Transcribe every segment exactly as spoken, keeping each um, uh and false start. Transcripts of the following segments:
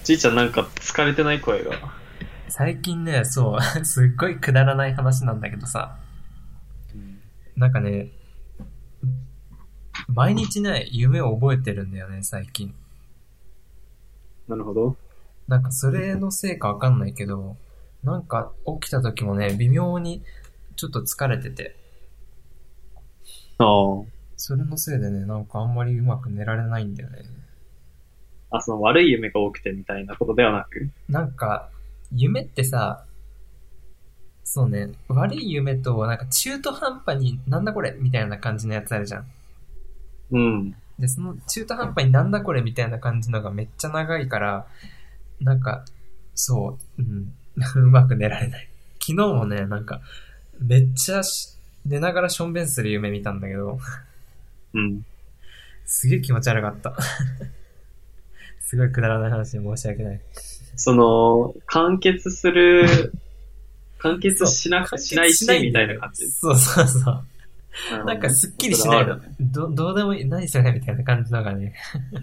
じいちゃんなんか疲れてない声が。 最近ね、そう、すっごいくだらない話なんだけどさ、 うん、 なんかね、毎日ね、夢を覚えてるんだよね、最近。 なるほど。 なんかそれのせいかわかんないけど、なんか起きた時もね、微妙にちょっと疲れてて、 ああ。 それのせいでね、なんかあんまりうまく寝られないんだよね。 あ、その悪い夢が多くてみたいなことではなく。 なんか、夢ってさ、そうね、悪い夢となんか中途半端になんだこれみたいな感じのやつあるじゃん。 うん。 で、その中途半端になんだこれみたいな感じのがめっちゃ長いから、なんか、そう、うん、うまく寝られない。昨日もね、なんか、めっちゃし寝ながらしょんべんする夢見たんだけど、 うん。 すげえ気持ち悪かった。すごいくだらない話で申し訳ない。 その、完結する、完結そう。 しなく、 完しないし、 結しないんみだよね。 たいな感じ。 そうそうそう。 なるほどね。 なんかすっきりそしないの。 れはあるね。 ど、どうでもいい。何それみたいな感じのがね。 うん。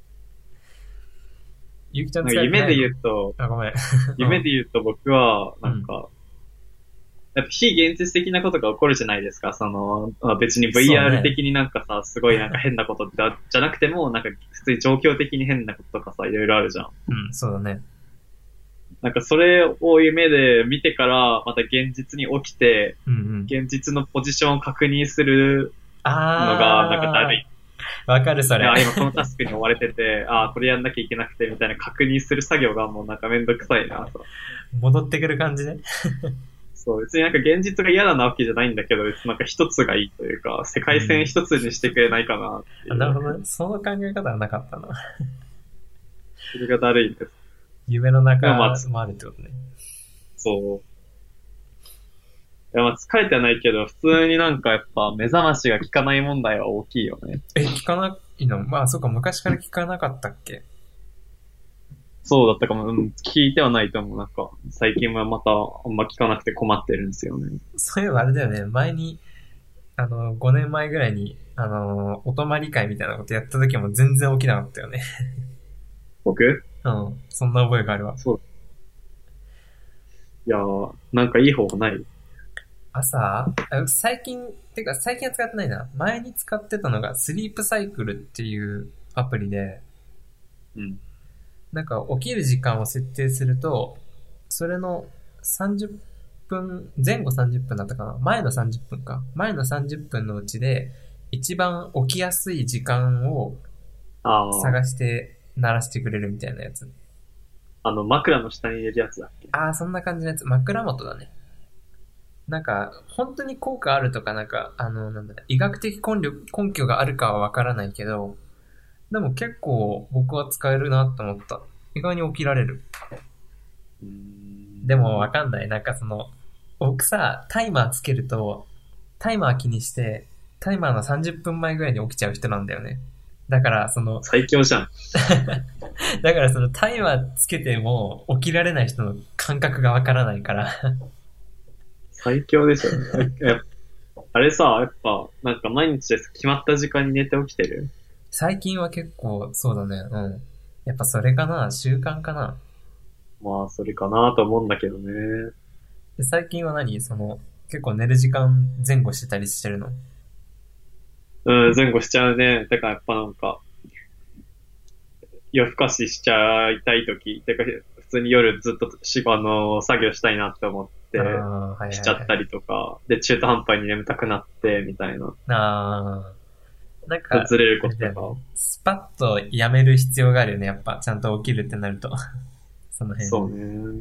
ゆきちゃんなんか疲れてないの？ 夢で言うと、 あ、ごめん。うん。 夢で言うと僕は、 うん。 なんか、やっぱ非現実的なことが起こるじゃないですか。その、まあ別にそうブイアールね。 的になんかさ、すごいなんか変なことだじゃなくても、なんか普通に状況的に変なこととかさ、いろいろあるじゃん。 うん、そうだね。 なんかそれを夢で見てから、また現実に起きて、 うんうん。 現実のポジションを確認するのが、なんかだるい。 あー、わかるそれ。 あ、今このタスクに追われてて、あ、これやんなきゃいけなくて、みたいな確認する作業がもうなんかめんどくさいな、と。 戻ってくる感じね。 そう、別になんか現実が嫌なわけじゃないんだけど、別になんか一つがいいというか、世界線うん。 一つにしてくれないかなってあ、 いう。 なるほどね。その考え方はなかったな。 それがだるいんです。 夢のでもまあ、 中もあるってことね。 そう。いやまあ疲れてはないけど、普通になんかやっぱ目覚ましが効かない問題は大きいよね。 え、聞かないの？まあ、そうか、昔から聞かなかったっけ？ そうだったかも、うん、聞いてはないと思う。なんか、最近はまたあんま聞かなくて困ってるんですよね。 そういえばあれだよね。前に、あの、ごねんまえぐらいに、あの、お泊まり会みたいなことやった時も全然起きなかったよね。 僕うん。そんな覚えがあるわ。 そう。いやー、なんかいい方法ない？ 朝あ最近、てか最近は使ってないな。前に使ってたのがスリープサイクルっていうアプリで、 うん。 なんか起きる時間を設定すると、それのさんじゅっぷん、前後さんじゅっぷんだったかな、前のさんじゅっぷんか。前のさんじゅっぷんのうちで、一番起きやすい時間をああ、 探して鳴らしてくれるみたいなやつ。 あの、枕の下に入れるやつだっけ？ ああ、そんな感じのやつ。枕元だね。なんか、本当に効果あるとか、なんか、あの、なんだ、医学的根拠根拠があるかはわからないけど、でも結構僕は使えるなと思った。意外に起きられる。 うーでもわん。 かんない。なんかその、僕さ、タイマーつけると、タイマー気にして、タイマーのさんじゅっぷんまえぐらいに起きちゃう人なんだよね。だからその、 最強じゃん。 だからそのタイマーつけても起きられない人の感覚がわからないから。 最強でしょ。えあれさ、やっぱ、なんか毎日決まった時間に寝て起きてる？ 最近は結構、そうだね。うん。やっぱそれかな？習慣かな？ まあ、それかなと思うんだけどね。 で最近は何その、結構寝る時間前後してたりしてるの？ うん、前後しちゃうね。てか、やっぱなんか、夜更かししちゃいたいとき、てか、普通に夜ずっとし、あの、作業したいなって思っああて、 ー、はいしはいはい。 ちゃったりとか、で、中途半端に眠たくなって、みたいな、 ああ、なんか、 ずれるあれだよね。 こととか。 スパッとやめる必要があるよね。やっぱ、ちゃんと起きるってなると。その辺。 そうね。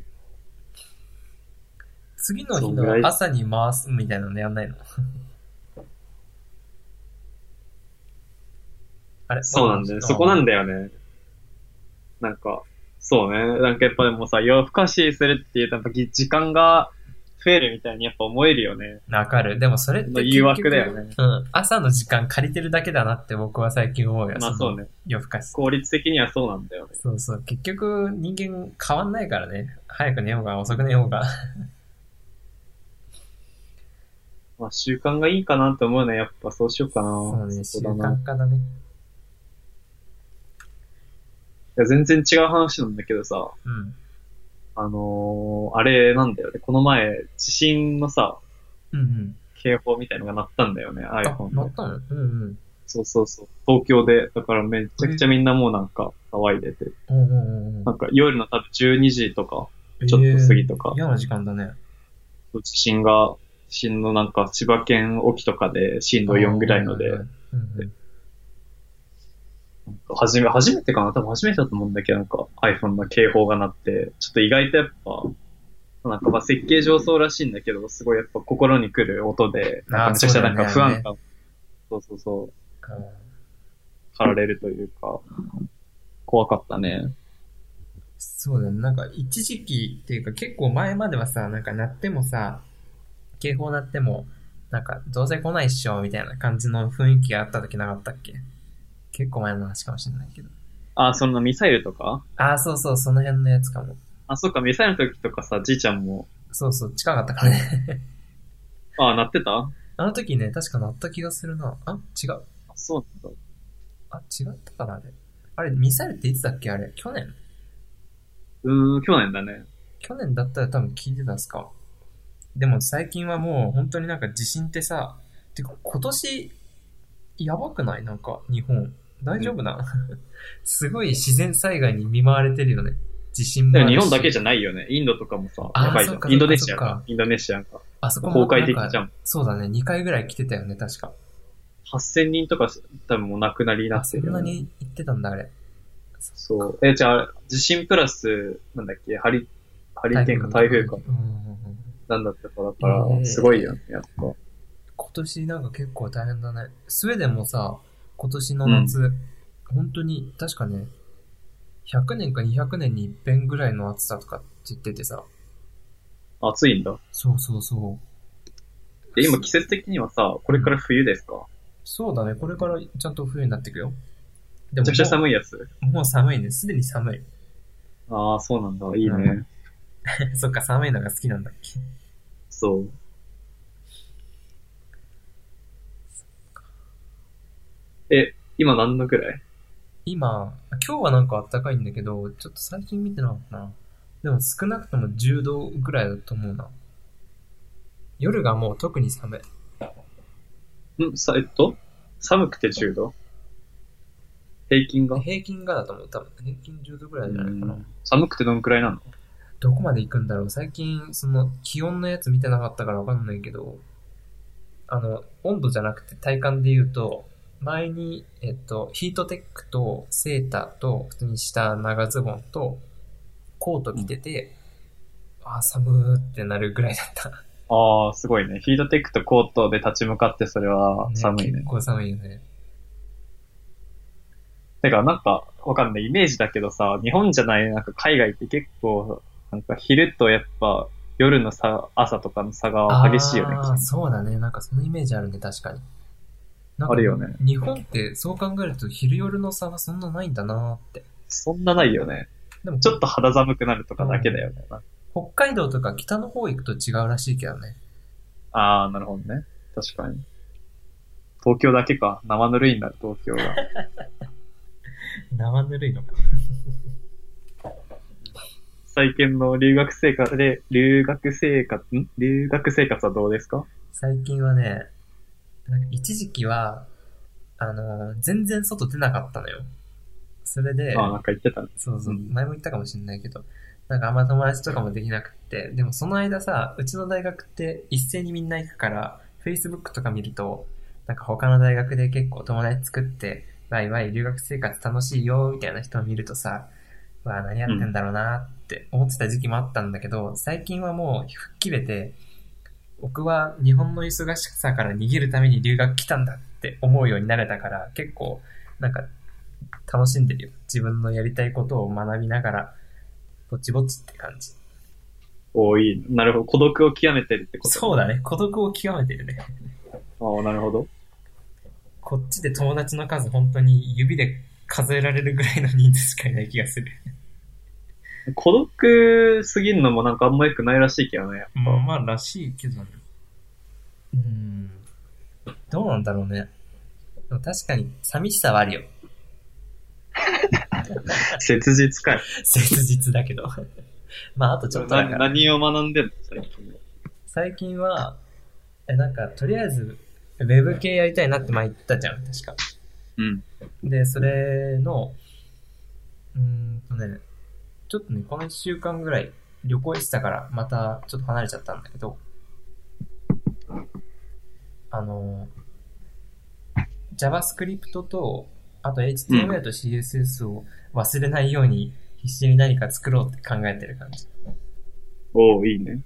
次の日そんぐらい。 の朝に回すみたいなのやんないの？あれもしもし。 そうなんだよね。そこなあんだよね。なんか、そうね。なんかやっぱでもさ、夜更かしするっていうと、やっぱ時間が増えるみたいにやっぱ思えるよね。 あ、わかる。でもそれってその誘結局、 惑だよね。 うん、朝の時間借りてるだけだなって僕は最近思うよ。その、 まあそうね。 夜更かし。 効率的にはそうなんだよね。 そうそう。結局、人間変わんないからね。早く寝ようが遅く寝ようが。 まあ習慣がいいかなって思うね。やっぱそうしようかな。 そうね、 そこ習だな。 慣化だね。 や、全然違う話なんだけどさ、 うん。 あのー、あれなんだよね。この前、地震のさ、 うんうん。 警報みたいのが鳴ったんだよね、 あ、 iPhone で。 なったの？うんうん。 そうそうそう。東京で。だからめちゃくちゃえ、 みんなもうなんか騒いでて。 うんうんうんなんか夜の多分じゅうにじとか、 うん。 ちょっと過ええ、 ぎとか、 嫌な時間だね。 地震が、地震のなんか千葉県沖とかで震ああ、 度よんぐらいので、 はいはいはい。うんうん。 なんか初め、初めてかな多分初めてだと思うんだけど、なんか iPhone の警報が鳴って、ちょっと意外とやっぱ、なんかまあ設計上そうらしいんだけど、すごいやっぱ心に来る音で、なんああ、 かめちゃくちゃなんかそうだよね、あれね。 不安感、そうそうそう、 うん、 駆られるというか、怖かったね。 そうだね。なんか一時期っていうか結構前まではさ、なんか鳴ってもさ、警報鳴っても、なんかどうせ来ないっしょみたいな感じの雰囲気があった時なかったっけ？結構前の話かもしれないけど。 あ、そのミサイルとかああ、そうそう、その辺のやつかも。 あ、そっか、ミサイルの時とかさ、じいちゃんも、 そうそう、近かったからね。 あ、鳴ってたあ、 あの時ね、確か鳴った気がするな。あ、違う。 そうなんだ。 あ、違ったかな、あれ。あれ、ミサイルっていつだっけあれ。去年？ うーん、去年だね。 去年だったら多分聞いてたっすか。でも最近はもう本当になんか地震ってさ、てか今年やばくない？なんか日本。大うん。 丈夫な？すごい自然災害に見舞われてるよね。地震でもあるも日本だけじし。 ゃないよね。インドとかもさ、やああ、 ばいじゃん。 そっかそっかインドネシアか。 そっか。 インドネシアか。 あそこ崩もなんか、 壊的じゃん。 そうだね、にかいぐらい来てたよね、確か。 はっせんにんとか多分もう亡くなりになあ、 ってるよね。 そんなに言ってたんだ、あれ。そっか。 そう。え、じゃあ、地震プラス、なんだっけ、ハリ、ハリ台ケーンか風とかね。 台風か。 うんうんうん。 なんだったかだえから、すごいよえ、 ね、やっぱ。 今年なんか結構大変だね。スウェーデンもさ、今年のうん。 夏、本当に、確かね、ひゃくねんかにひゃくねんに一遍ぐらいの暑さとかって言っててさ。 暑いんだ。 そうそうそう。 で、今す季節的にはさ、こうん。 れから冬ですか？ そうだね、これからちゃんと冬になっていくよ。でめちゃくちゃもも寒いやつ。 う、もう寒いね。すでに寒い。 ああ、そうなんだ。いいうん。 ね。 そっか、寒いのが好きなんだっけ。 そう。え、今何度くらい？ 今、今日はなんか暖かいんだけど、ちょっと最近見てなかったな。でも少なくともじゅうどぐらいだと思うな。夜がもう特に寒い。 んさ、えっと寒くてじゅうど？平均が？ 平均がだと思う。多分平均じゅうどぐらうーいじゃないかな。 ん。寒くてどんくらいなの？ どこまで行くんだろう。最近、その気温のやつ見てなかったからわかんないけど、あの、温度じゃなくて体感で言うと、前に、えっと、ヒートテックとセーターと、普通に下長ズボンとコート着うん。 てて、あー寒ーってなるぐらいだった。 ああ、すごいね。ヒートテックとコートで立ち向かってそれはね、 寒いね。 結構寒いよね。 てか、なんか、わかんない。イメージだけどさ、日本じゃない、なんか海外って結構、なんか昼とやっぱ夜の差、朝とかの差が激しいよね、 あー、 気温。 そうだね。なんかそのイメージあるね、確かに。なんか、 あるよね。 日本ってそう考えると昼夜の差はそんなないんだなーって。 そんなないよね。 でも、 ちょっと肌寒くなるとかだけだうん。 よね。 北海道とか北の方行くと違うらしいけどね。 ああ、なるほどね。確かに。東京だけか。生ぬるいんだ、東京が。 生ぬるいのか。 最近の留学生活で、留学生活、ん留学生活はどうですか？ 最近はね、なんか一時期は、あのー全然外出なかったのよ。それああ、 で、 なんか言ってたね。 そうそう、 うん。 前も言ったかもしれないけど、なんかあんま友達とかもできなくって、でもその間さ、うちの大学って一斉にみんな行くから、Facebook とか見ると、なんか他の大学で結構友達作って、ワイワイ留学生活楽しいよ、みたいな人を見るとさ、うわあ何やうん。 ってんだろうなって思ってた時期もあったんだけど、最近はもう吹っ切れて、僕は日本の忙しさから逃げるために留学来たんだって思うようになれたから、結構、なんか楽しんでるよ。自分のやりたいことを学びながら、ぼちぼちって感じ。 おーいい。なるほど。孤独を極めてるってことね。 そうだね。孤独を極めてるね。 ああ、なるほど。 こっちで友達の数本当に指で数えられるぐらいの人数しかいない気がする。 孤独すぎるのもなんかあんま良くないらしいけどね、やっうん、 ぱ。 まあらしいけどね。うん。どうなんだろうね。でも確かに寂しさはあるよ。 切実かい。 切実だけど。まあ、あとちょっとだかなら。 何を学んでんの最近。 最近は、え、なんか、とりあえず、ウェブ系やりたいなって前言ったじゃん、確か。 うん。 で、それの、うーんとね、ちょっとね、この一週間ぐらい旅行してたから、またちょっと離れちゃったんだけど、あの、JavaScript と、あと エイチティーエムエル と シーエスエス を忘れないように必死に何か作ろうって考えてる感じ。 おー、いいね。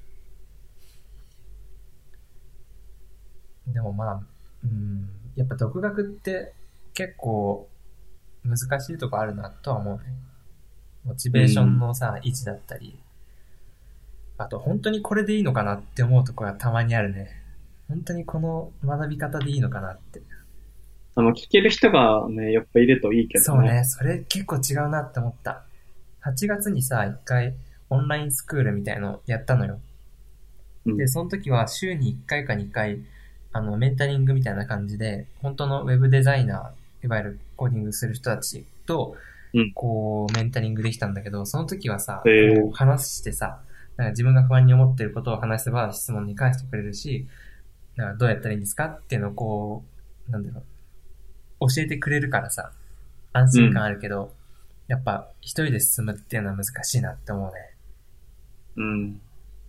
でもまあ、うん、やっぱ独学って結構難しいとこあるなとは思うね。モチベーションのさ、位置だったり、あと本当にこれでいいのかなって思うとこがたまにあるね。本当にこの学び方でいいのかなって。 あの、聞ける人がね、やっぱいるといいけどね。 そうね、それ結構違うなって思った。はちがつにさ、一回オンラインスクールみたいのやったのよ。 うん、 で、その時は週にいっかいかにかい、あの、メンタリングみたいな感じで、本当のウェブデザイナー、いわゆるコーディングする人たちと、 うん、 こう、メンタリングできたんだけど、その時はさ、 へーこう話してさ、なんか自分が不安に思っていることを話せば質問に返してくれるし、なんかどうやったらいいんですかっていうのをこう、なんだろう、教えてくれるからさ、安心感あるけど、やっぱ一人で進むっていうのは難しいなって思うね。 うん。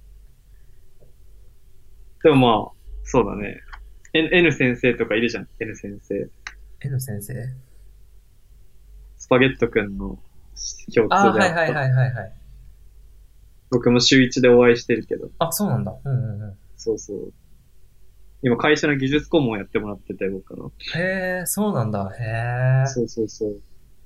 でもまあ、そうだね。N, N 先生とかいるじゃん、N 先生。 N 先生。 スパゲットくんの共ああ、 通であった。 はいはいはいはいはい。 僕も週一でお会いしてるけど。 あ、そうなんだ。うんうんうん。 そうそう。今会社の技術顧問やってもらってて、僕の。 へえ、そうなんだ。へえ。 そうそうそう。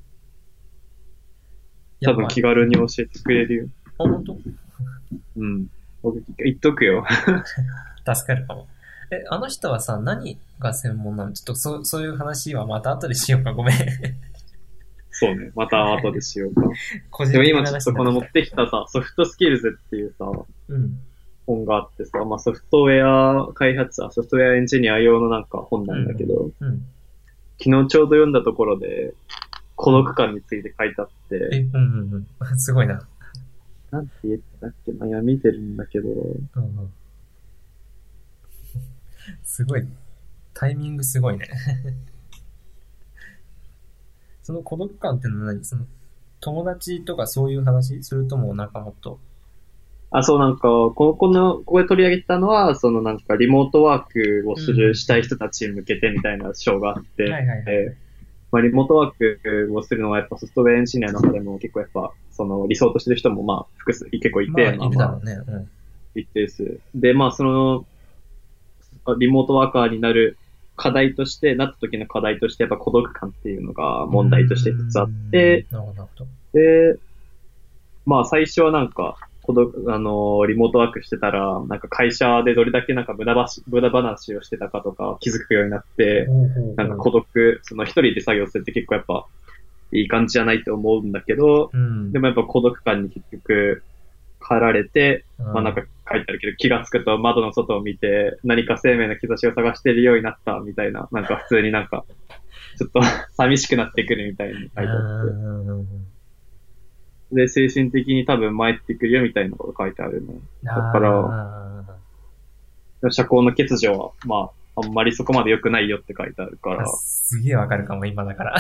やっぱ、 多分気軽に教えてくれるよ。 あ、ほんとうん。僕言っとくよ。 助かるかも。え、あの人はさ、何が専門なの？ちょっとそ、そういう話はまた後でしようか。ごめん。 そうね。また後でしようか。 個人でも的な話今ちょっとこの持になってきってきたさ、ソフトスキルズっていうさ、 た。うん。 本があってさ、まあソフトウェア開発者、ソフトウェアエンジニア用のなんか本なんだけど、 うん。うん。 昨日ちょうど読んだところで、孤独感について書いてあっえ、 て、 うんうんうん。すごいな。 なんて言ってたっけな、いや見てるんだけど、 うんうん。すごい。タイミングすごいね。その孤独感ってのは何？その、友達とかそういう話？それともなんかもっと。 あ、そうなんか、ここの、ここで取り上げたのは、そのなんかリモートワークをする、したい人たちに向けてみたいな章があって、 はいはいはい。 えーまあリモートワークをするのはやっぱソフトウェアエンジニアの中でも結構やっぱ、その理想としてる人もまあ複数、結構いて、 まあ、いるだろうね。うん。 一定数。で、まあその、リモートワーカーになる課題として、なった時の課題としてやっぱ孤独感っていうのが問題として一つあって、 なるほど、なるほど。 で、まあ最初はなんか、孤独、あの、リモートワークしてたら、なんか会社でどれだけなんか無駄ばし、無駄話をしてたかとか気づくようになって、 ほうほうほうなんか孤独、その一人で作業するって結構やっぱいい感じじゃないと思うんだけど、 うん。 でもやっぱ孤独感に結局駆られて、 うんまあなんか書いてあるけど気がつくと窓の外を見て何か生命の兆しを探しているようになったみたいな、なんか普通になんかちょっと寂しくなってくるみたいに書いてあって。 うんうんうんで、精神的に多分参ってくるよみたいなこと書いてあるね。だかあら、社交の欠如は、まあ、あんまりそこまで良くないよって書いてあるかーあら。 すげえわかるかも、今だから。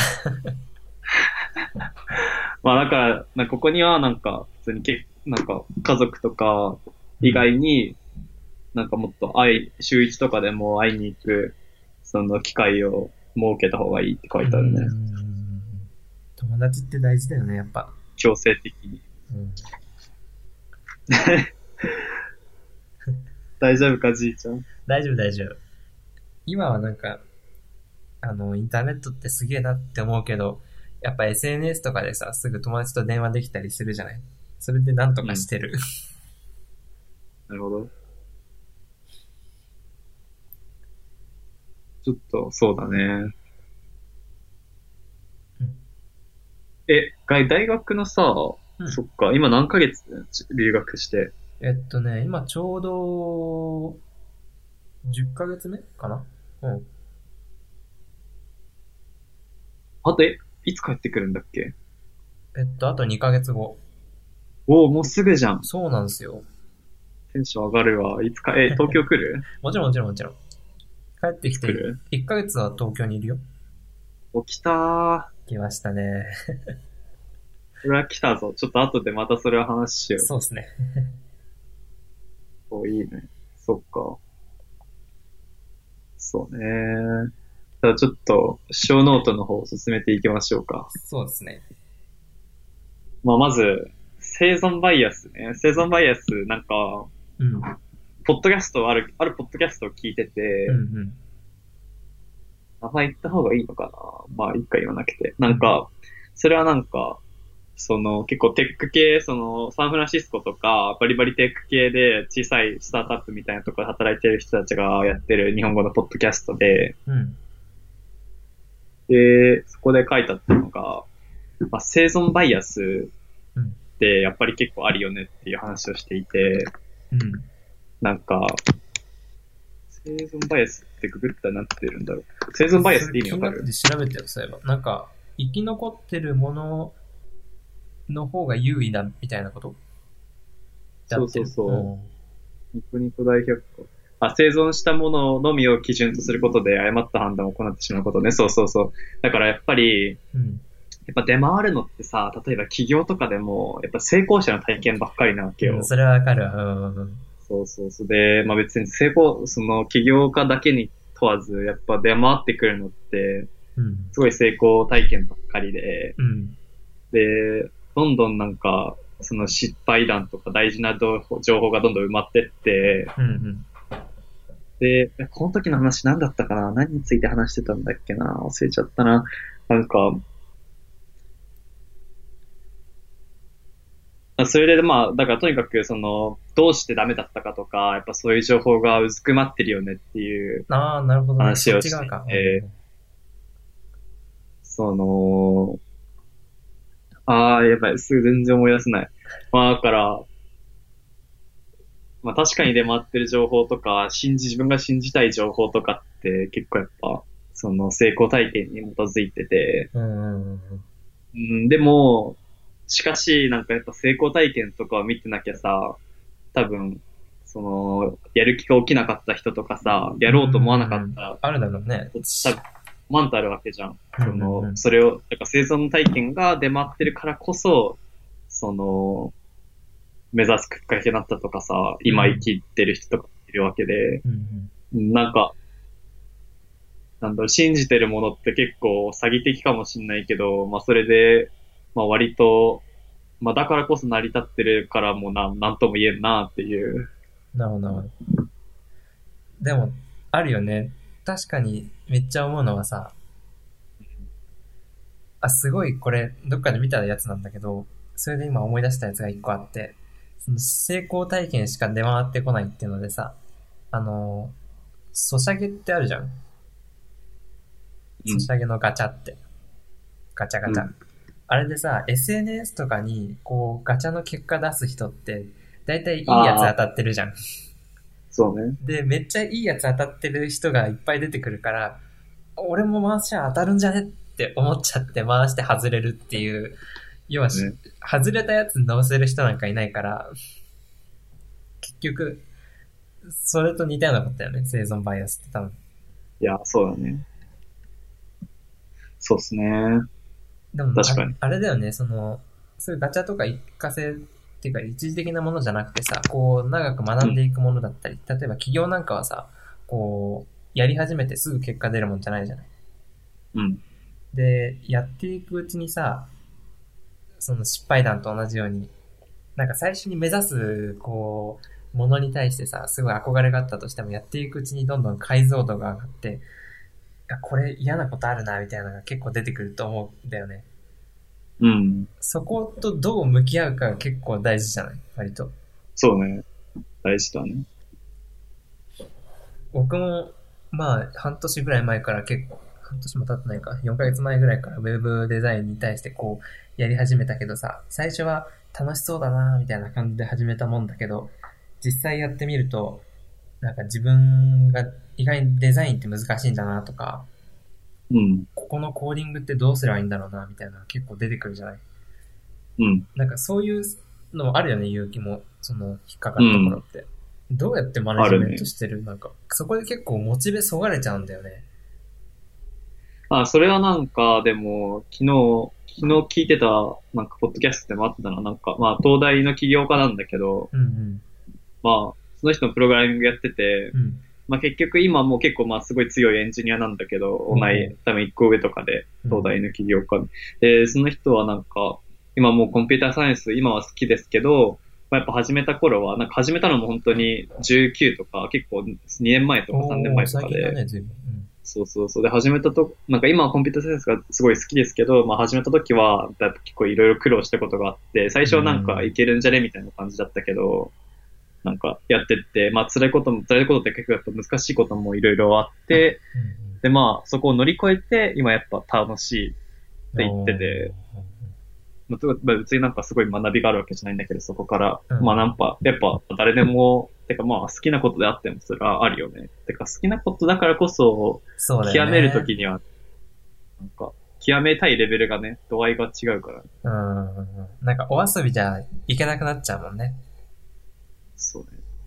まあだから、なんかここにはなんか、普通にけ、なんか家族とか以外に、なんかもっと会い、週一とかでも会いに行く、その機会を設けた方がいいって書いてあるね。 うん友達って大事だよね、やっぱ。 強制的に。 うん、 大丈夫か、じいちゃん。 大丈夫、大丈夫。今はなんか、あの、インターネットってすげえなって思うけど、やっぱ エスエヌエス とかでさ、すぐ友達と電話できたりするじゃない。それでなんとかしてる。 なるほど。ちょっと、そうだね。 うんえ、が大学のさ、 うんそっか、今何ヶ月留学して。 えっとね、今ちょうど、じゅっかげつめかな。うん。 あと、え、いつ帰ってくるんだっけ？ えっと、あとにかげつご。 おお、もうすぐじゃん。 そうなんですよ。 テンション上がるわ。いつか、え、東京来る？ もちろんもちろんもちろん。帰ってきて来る？ いっかげつは東京にいるよ。 起きたー。 来ましたね。 これは来たぞ。ちょっと後でまたそれは話しよう。 そうですね。 お、いいね。そっか。そうね。ただちょっと、小ノートの方を進めていきましょうか。 そうですね。 まあ、まず、生存バイアスね。生存バイアス、なんか、 うん。 ポッドキャスト、ある、あるポッドキャストを聞いてて、 うんうん。 名前言った方がいいのかな。まあ、一回言わなくて。なんか、それはなんか、その、結構テック系、その、サンフランシスコとか、バリバリテック系で小さいスタートアップみたいなところで働いてる人たちがやってる日本語のポッドキャストで、 うん。 で、そこで書いてあったのが、まあ、生存バイアスうん。 ってやっぱり結構あるよねっていう話をしていて、 うん。 なんか、生存バイアスってググったらなんて出るんだろう。生存バイアスって意味わかる？ それ気になって調べてよ、そういえば。なんか、生き残ってるものの方が優位だみたいなことそうそうそう。 うんニコニコ大百科。あ、生存したもののみを基準とすることで誤った判断を行ってしまうことね。そうそうそう。だからやっぱり、 うん。 やっぱ出回るのってさ、例えば企業とかでも、やっぱ成功者の体験ばっかりなわけうん、 よ。 それはわかるわ。うんうん。 そうそうそう。で、まあ別に成功、その起業家だけに問わず、やっぱ出回ってくるのって、 うん。 すごい成功体験ばっかりで、 うん。 で、どんどんなんか、その失敗談とか大事な情報情報がどんどん埋まってって、 うんうん。 で、この時の話何だったかな？何について話してたんだっけな？忘れちゃったな。なんか、それでまあ、だからとにかくその、どうしてダメだったかとか、やっぱそういう情報がうずくまってるよねっていうああ、なるほどね。そっ話をしていち側か。 て、その、ああ、やばい、すぐ全然思い出せない。まあ、だから、まあ確かに出回ってる情報とか、信じ、自分が信じたい情報とかって結構やっぱ、その成功体験に基づいてて、 うんうんうんうん、でも、しかし、なんかやっぱ成功体験とかを見てなきゃさ、多分、その、やる気が起きなかった人とかさ、やろうと思わなかうん。 ったあるだろうね。 多分、マンとあるわけじゃん。 うんその、 うんうん。 それを、だから生存体験が出回ってるからこそ、その、目指すきっかけになったとかさ、今生きてる人とかいるわけで、 うんうん。 なんか、なんだろう、信じてるものって結構詐欺的かもしんないけど、まあそれで、まあ割と、まあだからこそ成り立ってるからもうなん、なんとも言えんなっていう。 なるほど、なるほど。でも、あるよね。確かに、めっちゃ思うのはさ、あ、すごいこれ、どっかで見たやつなんだけど、それで今思い出したやつが一個あって、その成功体験しか出回ってこないっていうのでさ、あの、ソシャゲってあるじゃん。 うん。 ソシャゲのガチャって。ガチャガチャ。 うん。 あれでさ、エスエヌエス とかに、こう、ガチャの結果出す人って、だいたいいいやつああ、 当たってるじゃん。 そうね。 で、めっちゃいいやつ当たってる人がいっぱい出てくるから、俺も回しちゃ当たるんじゃねって思っちゃって回して外れるっていう、要はし、 ね。 外れたやつに乗せる人なんかいないから、結局、それと似たようなことだよね、生存バイアスって多分。 いや、そうだね。そうっすね。 でも、あれ、 確かに。 あれだよね、その、そういうガチャとか一過性っていうか一時的なものじゃなくてさ、こう、長く学んでいくものだったり、例えば企業なんかはさ、こう、やり始めてすぐ結果出るもんじゃないじゃない。 うん。 で、やっていくうちにさ、その失敗談と同じように、なんか最初に目指す、こう、ものに対してさ、すごい憧れがあったとしても、やっていくうちにどんどん解像度が上がって、あ、これ嫌なことあるな、みたいなのが結構出てくると思うんだよね。 うん。 そことどう向き合うかが結構大事じゃない割と。 そうね。大事だね。 僕も、まあ、半年ぐらい前から結構、半年も経ってないか、よんかげつまえぐらいからウェブデザインに対してこう、やり始めたけどさ、最初は楽しそうだなみたいな感じで始めたもんだけど、実際やってみると、なんか自分が意外にデザインって難しいんだなとか、 うん。 ここのコーディングってどうすればいいんだろうなみたいなのが結構出てくるじゃない。 うん。 なんかそういうのあるよね、勇気も。その、引っかかるところって。うん、どうやってマネジメントしてる、ね、なんか、そこで結構モチベそがれちゃうんだよね。 あ、それはなんか、でも、昨日、昨日聞いてた、なんか、ポッドキャストでもあったな。なんか、まあ、東大の起業家なんだけど、 うんうん。 まあ、その人のプログラミングやってて、 うん、 まあ結局今もう結構まあすごい強いエンジニアなんだけど、同い、多分一個上とかで、東大の起業家。うん、で、その人はなんか、今もうコンピューターサイエンス今は好きですけど、まあ、やっぱ始めた頃は、なんか始めたのも本当にじゅうきゅうとか、結構にねんまえとかさんねんまえとかで、 ね、随分。うん、そうそうそう。で、始めたと、なんか今はコンピューターサイエンスがすごい好きですけど、まあ始めた時は、結構いろいろ苦労したことがあって、最初はなんかいけるんじゃねみたいな感じだったけど、なんかやってって、まあ辛いことも、辛いことって結構やっぱ難しいこともいろいろあって、うんうん、でまあそこを乗り越えて、今やっぱ楽しいって言ってて、まあ、別になんかすごい学びがあるわけじゃないんだけど、そこから。うん、まあなんか、やっぱ誰でも、てかまあ好きなことであってもそれはあるよね。てか好きなことだからこそ、極めるときには、なんか、極めたいレベルがね、度合いが違うから、ね。 うん。なんかお遊びじゃいけなくなっちゃうもんね。 そうね。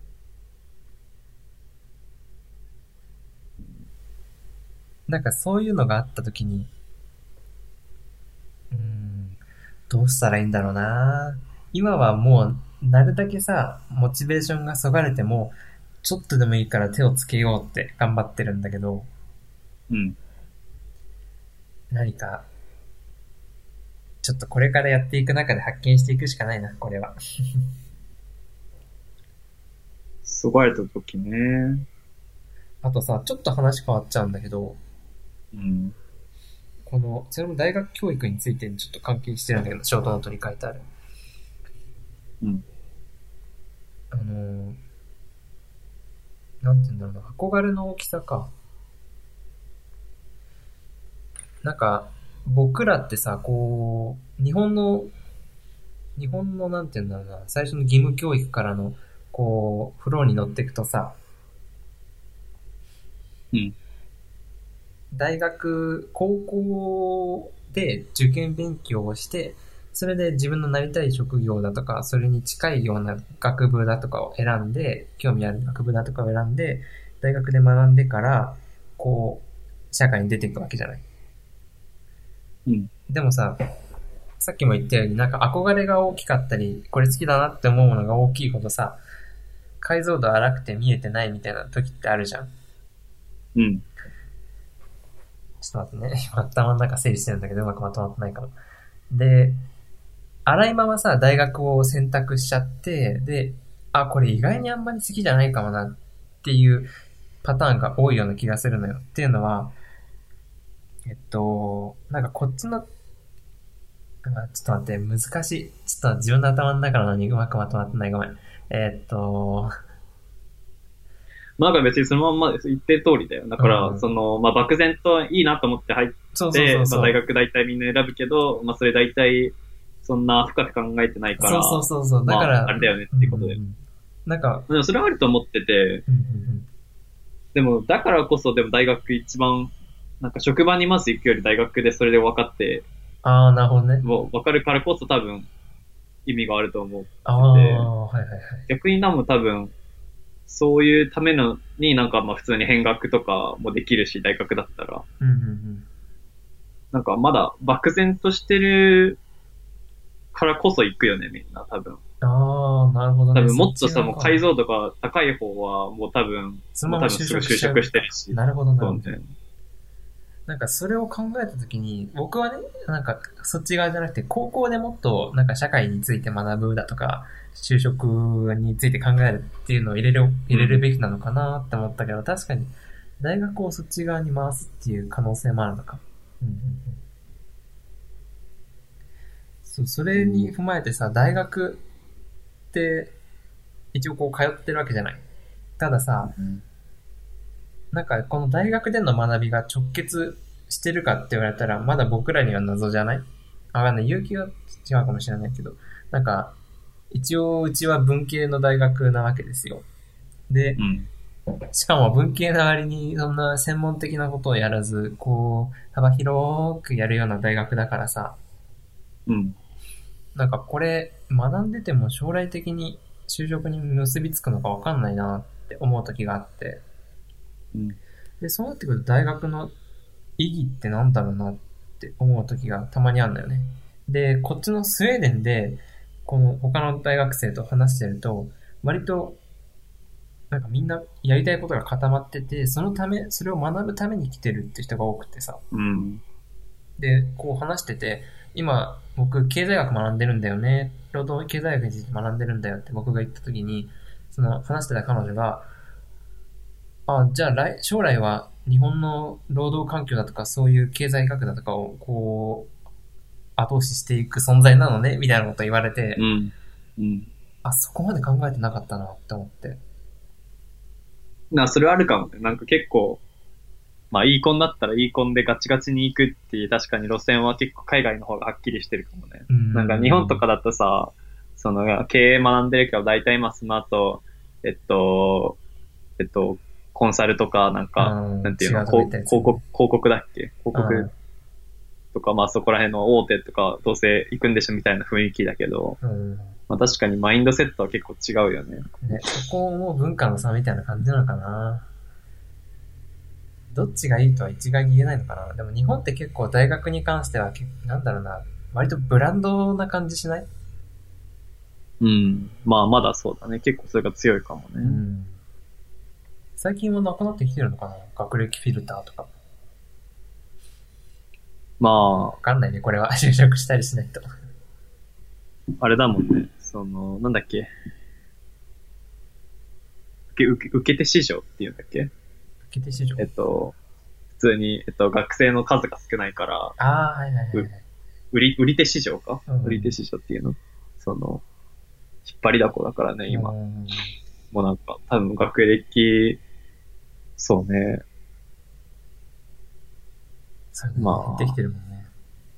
なんかそういうのがあったときに、うーん、どうしたらいいんだろうな。今はもう、なるだけさ、モチベーションがそがれても、ちょっとでもいいから手をつけようって頑張ってるんだけど、 うん。 何か、ちょっとこれからやっていく中で発見していくしかないな、これは。 そがれた時ね。 あとさ、ちょっと話変わっちゃうんだけど、 うん。 この、それも大学教育についてちょっと関係してるんだけど、ショートノートに書いてある。 うん。 あのー、なんて言うんだろうな、憧れの大きさか。なんか、僕らってさ、こう、日本の、日本のなんて言うんだろうな、最初の義務教育からの、こう、フローに乗っていくとさ、 うん。 大学、高校で受験勉強をして、それで自分のなりたい職業だとか、それに近いような学部だとかを選んで、興味ある学部だとかを選んで、大学で学んでから、こう、社会に出ていくわけじゃない。 うん。 でもさ、さっきも言ったようになんか憧れが大きかったり、これ好きだなって思うものが大きいほどさ、解像度荒くて見えてないみたいな時ってあるじゃん。 うん。 ちょっと待ってね。今頭の中整理してるんだけどうまくまとまってないかも。で、洗いままさ、大学を選択しちゃって、で、あ、これ意外にあんまり好きじゃないかもなっていうパターンが多いような気がするのよ。っていうのは、えっと、なんかこっちの、ちょっと待って、難しい。ちょっと自分の頭の中なのにうまくまとまってない。ごめん。えっと、 まあなんか別にそのまんま言ってる通りだよ。だから、うん、その、まあ漠然といいなと思って入って、そうそうそうそう、まあ大学大体みんな選ぶけど、まあそれ大体、そんな深く考えてないから、 そうそうそうそう、だから、 まあ、あれだよねっていうことで。うんうん、 なんか、 でもそれはあると思ってて、うんうんうん、でもだからこそ、でも大学一番、なんか職場にまず行くより大学でそれで分かって、 ああ、なるほどね。 もう分かるからこそ多分意味があると思ってて、 ああ、はいはいはい。 逆になんも多分、そういうためのになんかまあ普通に変学とかもできるし、大学だったら。 うんうんうん、 なんかまだ漠然としてるからこそ行くよね、みんな多分。 ああ、なるほどね。 多分もっとさ、もう解像度が高い方はもう多分、 そのまますぐ就職してるし。 なるほどなるほど。なんかそれを考えたときに、僕はね、なんかそっち側じゃなくて、高校でもっとなんか社会について学ぶだとか、就職について考えるっていうのを入れる、入れるべきなのかなって思ったけど、うん、確かに大学をそっち側に回すっていう可能性もあるのか。うんうんうん、そう、それに踏まえてさ、大学って一応こう通ってるわけじゃない。たださ、うん、なんかこの大学での学びが直結してるかって言われたら、まだ僕らには謎じゃない？わかんない。勇気は違うかもしれないけど、なんか、一応うちは文系の大学なわけですよ。で、うん、しかも文系の割にそんな専門的なことをやらず、こう、幅広くやるような大学だからさ、 うん。 なんかこれ学んでても将来的に就職に結びつくのかわかんないなって思う時があって、 うん。 で、そうなってくると大学の意義ってなんだろうなって思う時がたまにあるんだよね。で、こっちのスウェーデンで、この他の大学生と話してると、割と、なんかみんなやりたいことが固まってて、そのため、それを学ぶために来てるって人が多くてさ。 うん。 で、こう話してて、今、僕、経済学学んでるんだよね。労働経済学について学んでるんだよって僕が言った時に、その話してた彼女が、あ、じゃあ来、将来は日本の労働環境だとかそういう経済学だとかをこう、後押ししていく存在なのね、みたいなこと言われて、 うん。うん。 あ、そこまで考えてなかったなって思って。 な、それはあるかもね。なんか結構、まあ、イーコンだったらイーコンでガチガチに行くっていう、確かに路線は結構海外の方がはっきりしてるかもね。 うんなんか日本とかだとさ、その経営学んでるけど、大体今その後、えっと、えっと、コンサルとか、なんか、 うんなんていうの、 違うとこ行広ったやつね広告、広告だっけ広う告んとか、まあそこら辺の大手とか、どうせ行くんでしょみたいな雰囲気だけど、 うんまあ確かにマインドセットは結構違うよね。 ね、そこも文化の差みたいな感じなのかな。どっちがいいとは一概に言えないのかな。でも日本って結構大学に関しては、なんだろうな、割とブランドな感じしない？ うん。まあまだそうだね。結構それが強いかもね。 うん。最近はなくなってきてるのかな、学歴フィルターとか。 まわかんないね、これは。就職したりしないと。 あ、あれだもんね。その、なんだっけ。受け、受け、受け手市場っていうんだっけ。 受け手市場。 えっと、普通に、えっと、学生の数が少ないから、 ああ、はいはいはい、はい。 売り、売り手市場か、 うん売り手市場っていうのその、引っ張りだこだからね、今。 うん。 もうなんか、多分学歴、そうね。 そうね。 まあ減ってきてるもんね。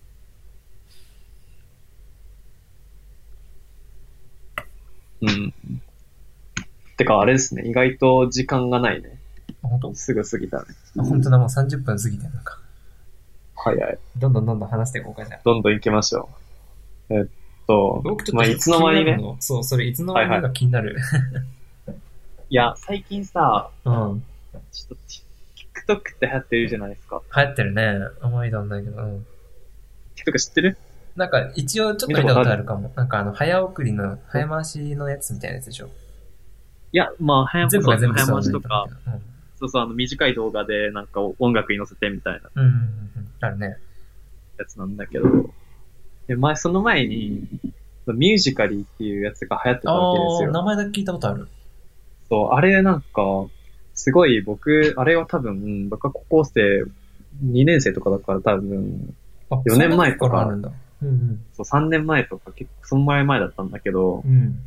うん。てか、あれですね。意外と時間がないね。 あ、本当？ すぐ過ぎたね。 あ、本当だ、もうさんじゅっぷん過ぎてるのか。 早い。 どんどんどんどん話していこうか、じゃあ。 どんどん行きましょう。えっと、 僕ちょっとまあ、いつの間にね。 のそう、それいつの間にが気になる。 いや、最近さ、 うん。 ちょっと TikTok って流行ってるじゃないですか。 流行ってるね。思い出んだけど。うん。 TikTok 知ってる？ なんか、一応ちょっと見たことあるかも。なんかあの、早送りの、早回しのやつみたいなやつでしょ。 いや、まあ、早全部が全部早回しそうとか、 うん。 そうそう、あの、短い動画でなんか音楽に乗せてみたいなうんうんうんうん。あるね。 やつなんだけど、で、前、その前に、ミュージカリーっていうやつが流行ってたわけですあー、 よ。 名前だけ聞いたことある。 そう、あれなんか、すごい僕、あれは多分、僕は高校生、にねん生とかだから多分、 あ、 よねんまえとかそんな時からあるんだ。うんうん。 そう、さんねんまえとか結構その前前だったんだけど、 うん。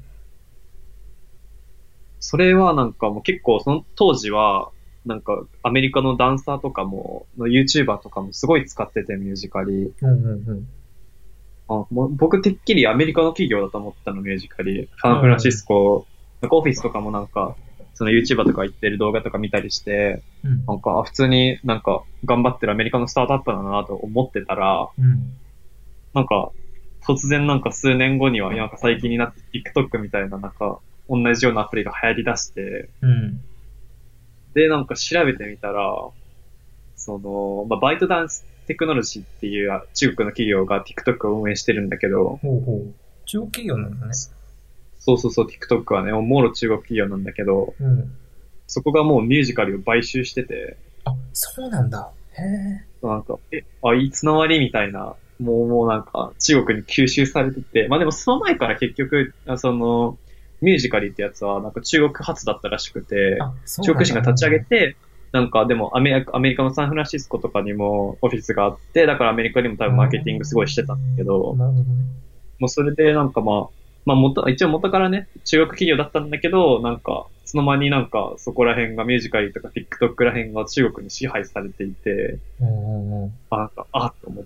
それはなんかもう結構その当時は、なんかアメリカのダンサーとかも、の YouTuber とかもすごい使っててミュージカリー。 うんうんうん。 あ、もう僕てっきりアメリカの企業だと思ったの、ミュージカリー。サンフランシスコ、なんかオフィスとかもなんか、その YouTuber とか行ってる動画とか見たりして、 うん。 なんか、あ普通になんか頑張ってるアメリカのスタートアップだなと思ってたら、 うん。 なんか、突然なんか数年後には、なんか最近になって TikTok みたいななんか、同じようなアプリが流行り出して、 うん。 で、なんか調べてみたら、その、まあ、バイトダンステクノロジーっていう中国の企業が TikTok を運営してるんだけど、 ほうほう。中国企業なんだね。 そうそうそう、TikTok はね、もろ中国企業なんだけど、 うん。 そこがもうミュージカルを買収してて、 あ、そうなんだ。へえ。 なんか、え、あ、いつの間にみたいな、もうもうなんか中国に吸収されてて、まあでもその前から結局、あその、ミュージカリーってやつはなんか中国発だったらしくて、 あ、そうなんだ。 中国人が立ち上げて、なんかでもアメリカ、アメリカのサンフランシスコとかにもオフィスがあって、だからアメリカにも多分マーケティングすごいしてたんだけど、 なるほどね。 もうそれでなんかまあ、まあ元、一応元からね、中国企業だったんだけど、なんか、その間になんかそこら辺がミュージカリーとか TikTok ら辺が中国に支配されていて、 うんうんうん。 あ、なんか、あっと思って、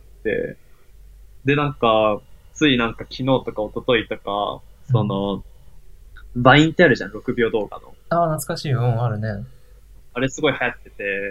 でなんか、ついなんか昨日とか一昨日とか、その、バインってあるじゃん、ろくびょう動画の。 ああ、懐かしい。うん、あるね。 あれすごい流行ってて、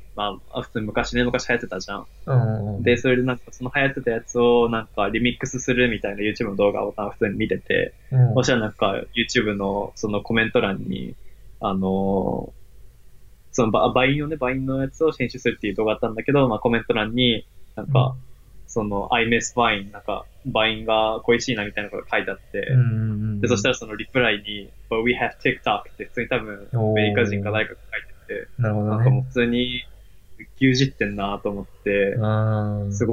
まあ、普通に昔ね、昔流行ってたじゃん。 うんうん。 で、それでなんかその流行ってたやつをなんかリミックスするみたいな YouTube の動画を普通に見てて、 うん。 そしたらなんか YouTube のそのコメント欄に、あのーそのババインをね、バインのやつを編集するっていう動画あったんだけど、まあコメント欄に、なんか、 うんその I miss バイン、なんか、バインが恋しいなみたいなことが書いてあっうんて、で、そうんしたらそのリプライに、But we have TikTok って普通に多分うん。 アメリカ人かおー。 誰かが書いてて、 なるほどね。 なんかもう普通に牛耳ってんなと思って、 うん。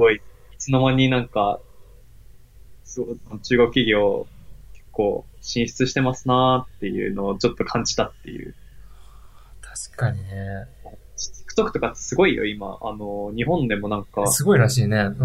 すごい、いつの間になんか、すごい中国企業結構進出してますなーっていうのをちょっと感じたっていう。 確かにね。 TikTok とかってすごいよ、今。あの、日本でもなんか、 すごいらしいね。うん。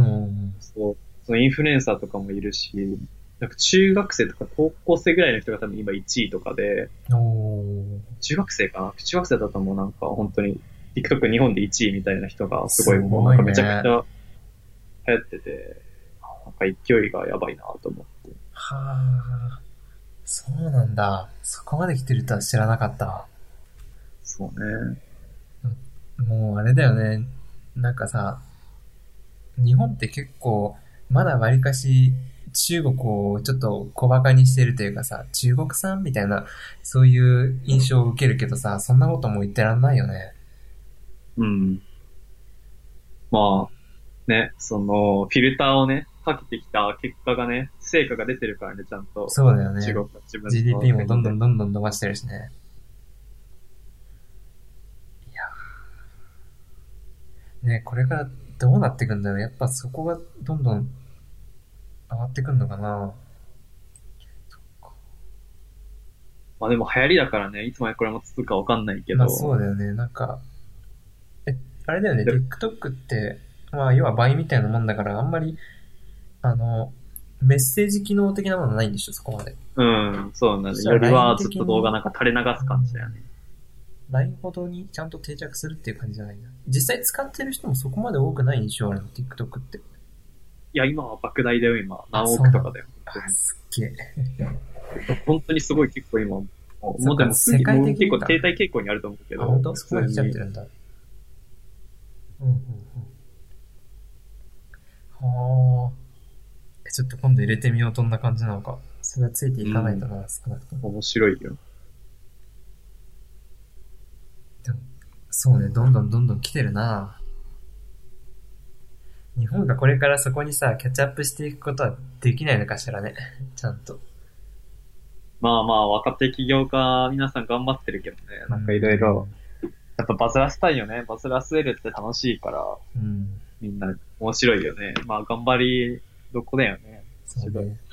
そう、そのインフルエンサーとかもいるし、なんか中学生とか高校生ぐらいの人が多分今いちいとかで、 おー。 中学生かな中学生だともうなんか本当に TikTok 日本でいちいみたいな人がすごいもうなんかめちゃくちゃ流行ってて、なんか勢いがやばいなと思って。 はあ。そうなんだ。そこまで来てるとは知らなかった。 そうね。 もうあれだよね。なんかさ、日本って結構、まだわりかし中国をちょっと小馬鹿にしてるというかさ、中国産みたいな、そういう印象を受けるけどさ、そんなことも言ってらんないよね。 うん。まあ、ね、その、フィルターをね、かけてきた結果がね、成果が出てるからね、ちゃんと。 そうだよね。 中国が自分のジーディーピー もどんど国で。 んどんどん伸ばしてるしね。いや、ね、これからどうなっていくんだろう。やっぱそこがどんどん上がってくんのかな。 まあでも流行りだからね、いつまでこれも続くかわかんないけまあど。 そうだよね。なんか、え、あれだよね。 で TikTok って、まあ要は倍みたいなもんだから、あんまり、あの、メッセージ機能的なものないんでしょ、そこまで。 うん、そうなんだ。 そしたらよりラインはずっ的に、 と動画なんか垂れ流す感じだよね。 ライン ほどにちゃんと定着するっていう感じじゃないな。実際使ってる人もそこまで多くない印象あるの、TikTok って。 いや、今は莫大だよ、今。何そうなんだ。 億とかだよ。 あ、すっげえ。 本当にすごい結構今、もうそっかもうでもすぐ世界的にもう結構停滞傾向にあると思うけあ、 ど、 本当そこまで来ちゃっ普通に。 てるんだ。うんうんうん。はあ。え、ちょっと今度入れてみよう、どんな感じなのか。それはついていかないとな、少なくとも。 面白いよ。 でも、そうね、どんどんどんどん来てるな。日本がこれからそこにさ、キャッチアップしていくことはできないのかしらね。ちゃんと。 まあまあ、若手起業家、皆さん頑張ってるけどね。なんかいろいろ。やっぱバズらせたいよね。バズらせるって楽しいから、 うん。 みんな面白いよね。まあ頑張りどこだよね。 そうね。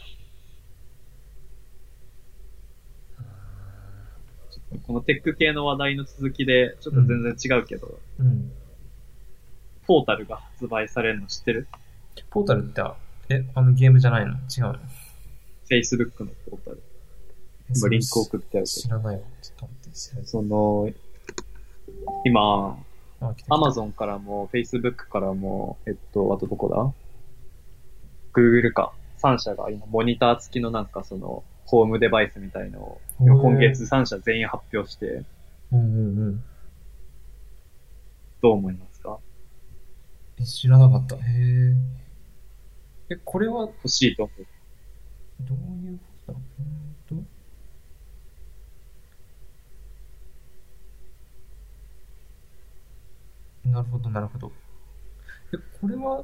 このテック系の話題の続きで、ちょっと全然違うけど、 うん。 ポータルが発売されるの知ってる？ ポータルって、え、あのゲームじゃないの？違うの？ Facebook のポータル。 え今リンク送ってあるけ知らないわ。ちょっと待って、知らなど。 い。 その、今、 あ、来た来た。 Amazon からも Facebook からも、えっと、あとどこだ ?Google か。さん社が今モニター付きのなんかその、ホームデバイスみたいのを、今今月さん社全員発表して、 うんうんうん。 どう思いますか？ え、知らなかった。へえ。え、これは、 欲しいと思う。 どういうことだろう？うーんと。なるほど、なるほど。え、これは、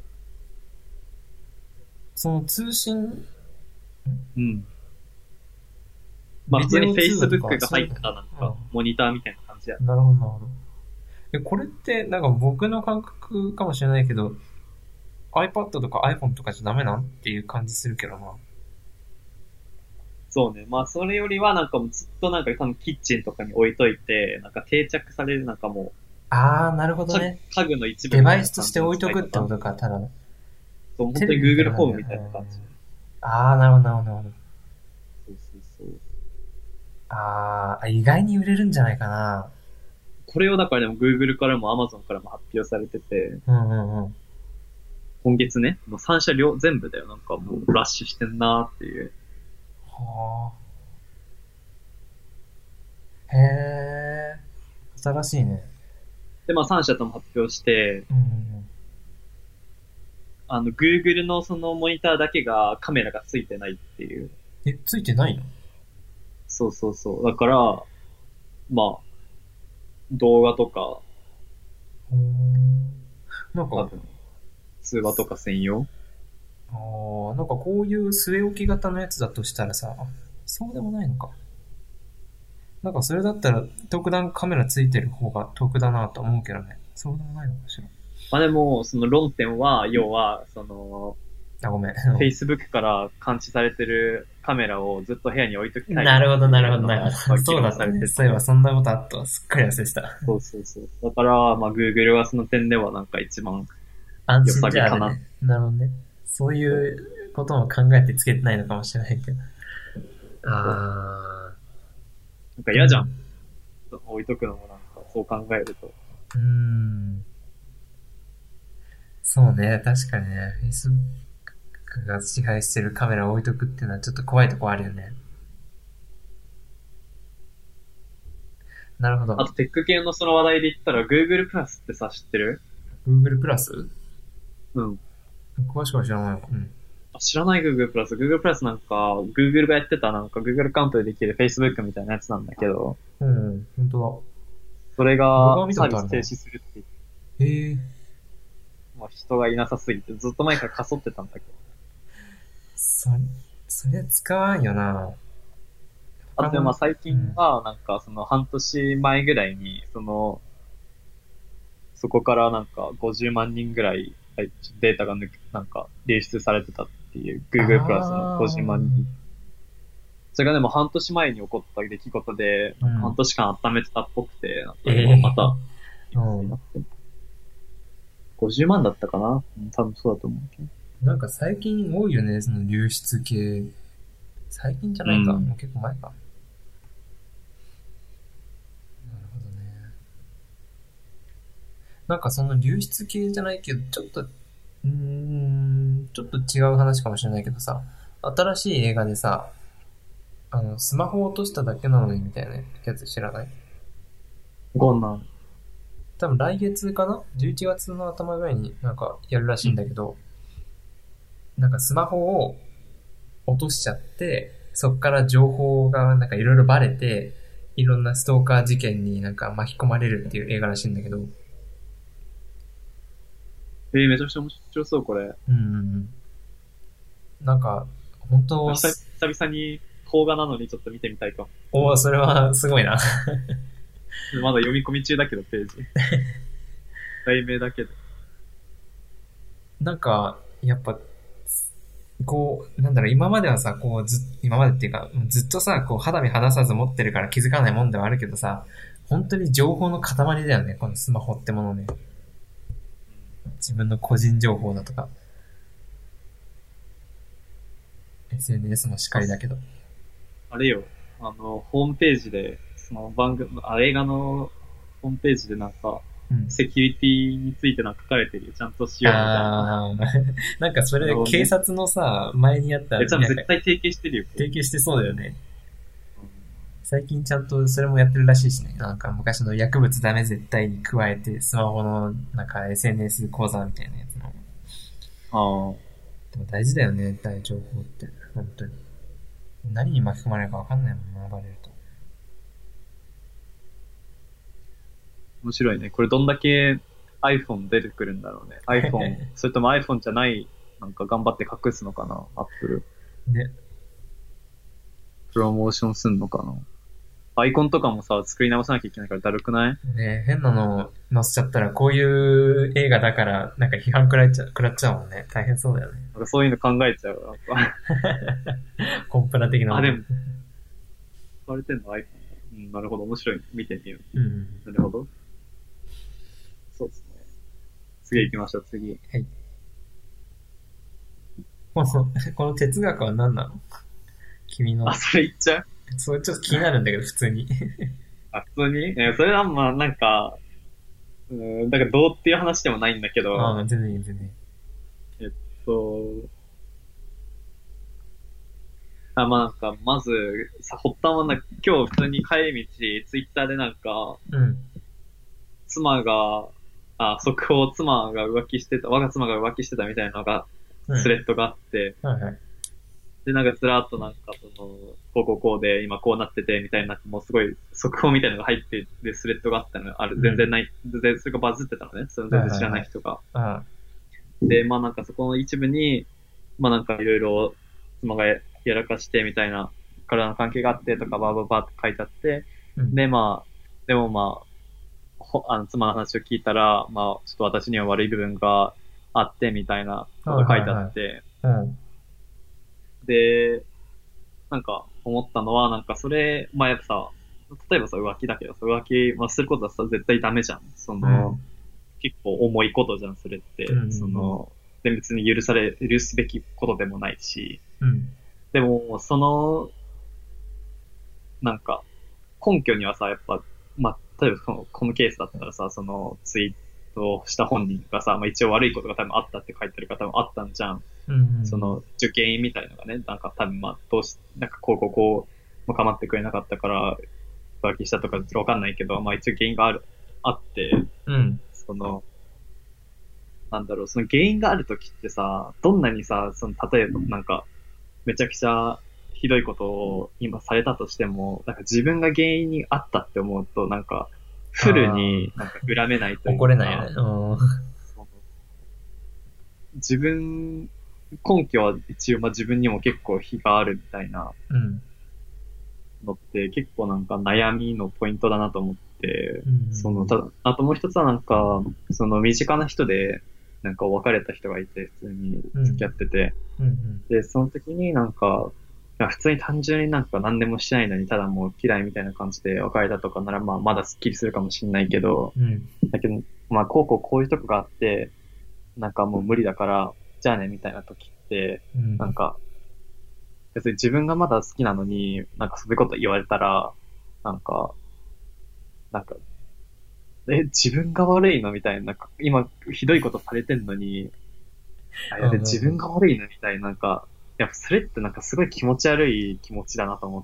その通信、 うん。まあ普通にビデオ通話と Facebook か、 が入ったなんか、モニターみたいな感じや。 なるほど、なるほど。え、これって、なんか僕の感覚かもしれないけど、iPad とか iPhone とかじゃダメなんっていう感じするけどな。 そうね。まあそれよりはなんかもうずっとなんか多分キッチンとかに置いといて、なんか定着されるなんかもあー、なるほう、家どね。 家具の一部デみたいなバイスとして置いとくって感じの使い方。 ことか、ただの。 そう、本当にテレビみたい Google なホームみたいな感じ。 あー、なるほど、なるほど、なるほど。 そうそうそう。 あー、意外に売れるんじゃないかな。 これをだからでも Google からも Amazon からも発表されてて、 うんうんうん。 今月ね、もうさん社両全部だよ。なんかもうラッシュしてんなーっていう。 はー。へー。新しいね。 で、まあさん社とも発表して、 うん。 あの、Google のそのモニターだけがカメラがついてないっていう。 え、ついてないの？ そうそうそう。だから、まあ、動画とか、 うーん。なんか、 多分、通話とか専用。 あーなんかこういう据え置き型のやつだとしたらさ、そうでもないのか。なんかそれだったら特段カメラついてる方が得だなと思うけどね。そうでもないのかしら。 まあでも、その論点は、要は、その、 あ、ごめん。 Facebook から感知されてるカメラをずっと部屋に置いときたい。 なるほど、なるほど、なるほど。 議そうだったね。 論されてて。 そういえばそんなことあったわ。すっかり忘れてた。 そうそうそう。だから、まあ Google はその点ではなんか一番安良さ心じゃあるげかな。 ね。なるほどね。そういうことも考えてつけてないのかもしれないけど。あなんかー。 嫌じゃん。 うん。 置いとくのもなんかそう考えると。 うーん。そうね、確かにね。Facebook が支配してるカメラを置いとくっていうのはちょっと怖いとこあるよね。なるほど。 あとテック系のその話題で言ったら Google プラスってさ、知ってる？ Google プラス？ うん。 詳しくは知らないわ。うん。 あ、知らない Google プラス。Google プラスなんか、Google がやってたなんか Google カウントでできる Facebook みたいなやつなんだけど、 うん、本当それだ。動画がを見たことあるな。 サービス停止するって言って、 へえ。 まあ、人がいなさすぎてずっと前からかそってたんだけど。 そ、それ使わんよな。 あとまあ最うん。 近はなんかその半年前ぐらいに、その、そこからなんかごじゅうまん人ぐらいはいデータが抜け、なんか流出されてたっていう Google プラスのあごじゅうまん人。それがでも半年前に起こった出来事で、 あ。うなんか半ん。 年間温めてたっぽくて、なんかえ今またえー。うん。 ニュースになってる。ごじゅうまんだったかな、うん、多分そうだと思うけど。 なんか最近多いよね、その流出系。最近じゃないか。もうん。 う結構前か。なるほどね。なんかその流出系じゃないけど、ちょっと、うーん、ちょっと違う話かもしれないけどさ、新しい映画でさ、あの、スマホを落としただけなのにみたいなやつ知らない？ こんなん。 多分来月かな？ じゅういち 月の頭ぐらいになんかやるらしいんだけど、なんかスマホを落としちゃって、そっから情報がなんかいろいろバレて、いろんなストーカー事件になんか巻き込まれるっていう映画らしいんだけど、 えー、めちゃくちゃ面白そう、これ。 うんうんうん。なんか、本当、 久々に邦画なのにちょっと見てみたいかも。 おー、それはすごいな。 まだ読み込み中だけど、ページ。題名だけで。 なんか、やっぱ、こう、なんだろう、今まではさ、こう、ず、今までっていうか、ずっとさ、こう、肌身離さず持ってるから気づかないもんではあるけどさ、本当に情報の塊だよね、このスマホってものね。自分の個人情報だとか、エスエヌエス もしっかあ、 りだけど。 あれよ。あの、ホームページで、その番組、あ、映画のホームページでなんか、 うん。 セキュリティについてなんか書かれてるよ。ちゃんとしようみたいな。 あー、なんかそれ、 なるほどね。 警察のさ、前にあった、 え、多分なんか、 絶対提携してるよ、これ。 提携してそうだよね。 うん、 最近ちゃんとそれもやってるらしいしね。なんか昔の薬物ダメ絶対に加えて、スマホのなんか エスエヌエス 講座みたいなやつも。 ああ、 でも大事だよね、大情報って。本当に。何に巻き込まれるか分かんないもんな、バレると。 面白いね。これどんだけ iPhone 出てくるんだろうね。iPhone、それとも iPhone じゃない、なんか頑張って隠すのかな、Apple。 で、 プロモーションすんのかな。アイコンとかもさ、作り直さなきゃいけないからだるくない？ ね、変なの載せちゃったら、こういう映画だから、なんか批判食らっちゃう、食らっちゃうもんね。大変そうだよね。 なんかそういうの考えちゃう。なんかコンプラ的なもあ、での。 も、使われてんの iPhone。うん、なるほど。面白い。見てみようん。 う。なるほど。そうですね。次行きましょう、次。 はい。この、この哲学は何なの？君あ、 の。 それ言っちゃう？ それちょっと気になるんだけど、普通に。 あ、普通にえ、それはまあ、なんか、うん、だからどうっていう話でもないんだけああ、 ど、 全然いい、全然いい。 えっと、あ、まあなんか、まず、さ、発端はな、今日普通に帰り道、ツイッターでなんか、 うん。 妻が、あ、速報、妻が浮気してた、我が妻が浮気してたみたいなのが、スレッドがあって、 うん、はいはい。 で、なんかずらっとなんかその、こうこうこうで今こうなっててみたいになって、もうすごい速報みたいなのが入ってるスレッドがあったのある。全然ない、全然それがバズってたのね。その全然知らない人が。 はいはいはい、 で、まあなんかそこの一部に、まあなんかいろいろ妻がやらかしてみたいな、体の関係があってとかバーバーバーって書いてあって、 うん、 で、まあ、でもまあ、ほあの妻の話を聞いたら、まあ、ちょっと私には悪い部分があってみたいなことが書いてあって、 はいはいはい、うん、 で、なんか思ったのは、なんかそれ、まあやっぱさ、例えばさ、浮気だけどさ、浮気、まあ、することはさ、絶対ダメじゃん。その、うん、結構重いことじゃん、それって。うんうんうん、その、で、別に許され、許すべきことでもないし。 うん、 でも、その、なんか、根拠にはさ、やっぱ、まあ、例えばこのこのケースだったらさ、そのツイートした本人がさ、まあ一応悪いことが多分あったって書いてある方もあったんじゃん。 うんうん、 その受験員みたいなのがね、なんか多分まあどうし、なんかこうこうこう、構ってくれなかったから浮気したとかわかんないけど、まあ一応原因がある、あって、 うん、 その、なんだろう、その原因があるときってさ、どんなにさ、その例えばなんか、めちゃくちゃひどいことを今されたとしても、なんか自分が原因にあったって思うと、なんか、フルになんか恨めないというか。 怒れないよね。うん、 自分、根拠は一応まあ自分にも結構非があるみたいなのって結構なんか悩みのポイントだなと思って、うん、その、ただ、あともう一つはなんか、その身近な人で、なんか別れた人がいて、普通に付き合ってて、 うんうんうん、 で、その時になんか、普通に単純になんか何でもしてないのに、ただもう嫌いみたいな感じで別れたとかなら、まあまだスッキリするかもしれないけど、 うん、 だけど、まあこうこうこういうとこがあって、なんかもう無理だから、じゃあねみたいな時って、うん、なんか、別に自分がまだ好きなのに、なんかそういうこと言われたら、なんか、なんか、え、自分が悪いのみたいな、なんか今ひどいことされてんのに、あれ自分が悪いのみたいな、なんか、やっぱそれってなんかすごい気持ち悪い気持ちだなと思って。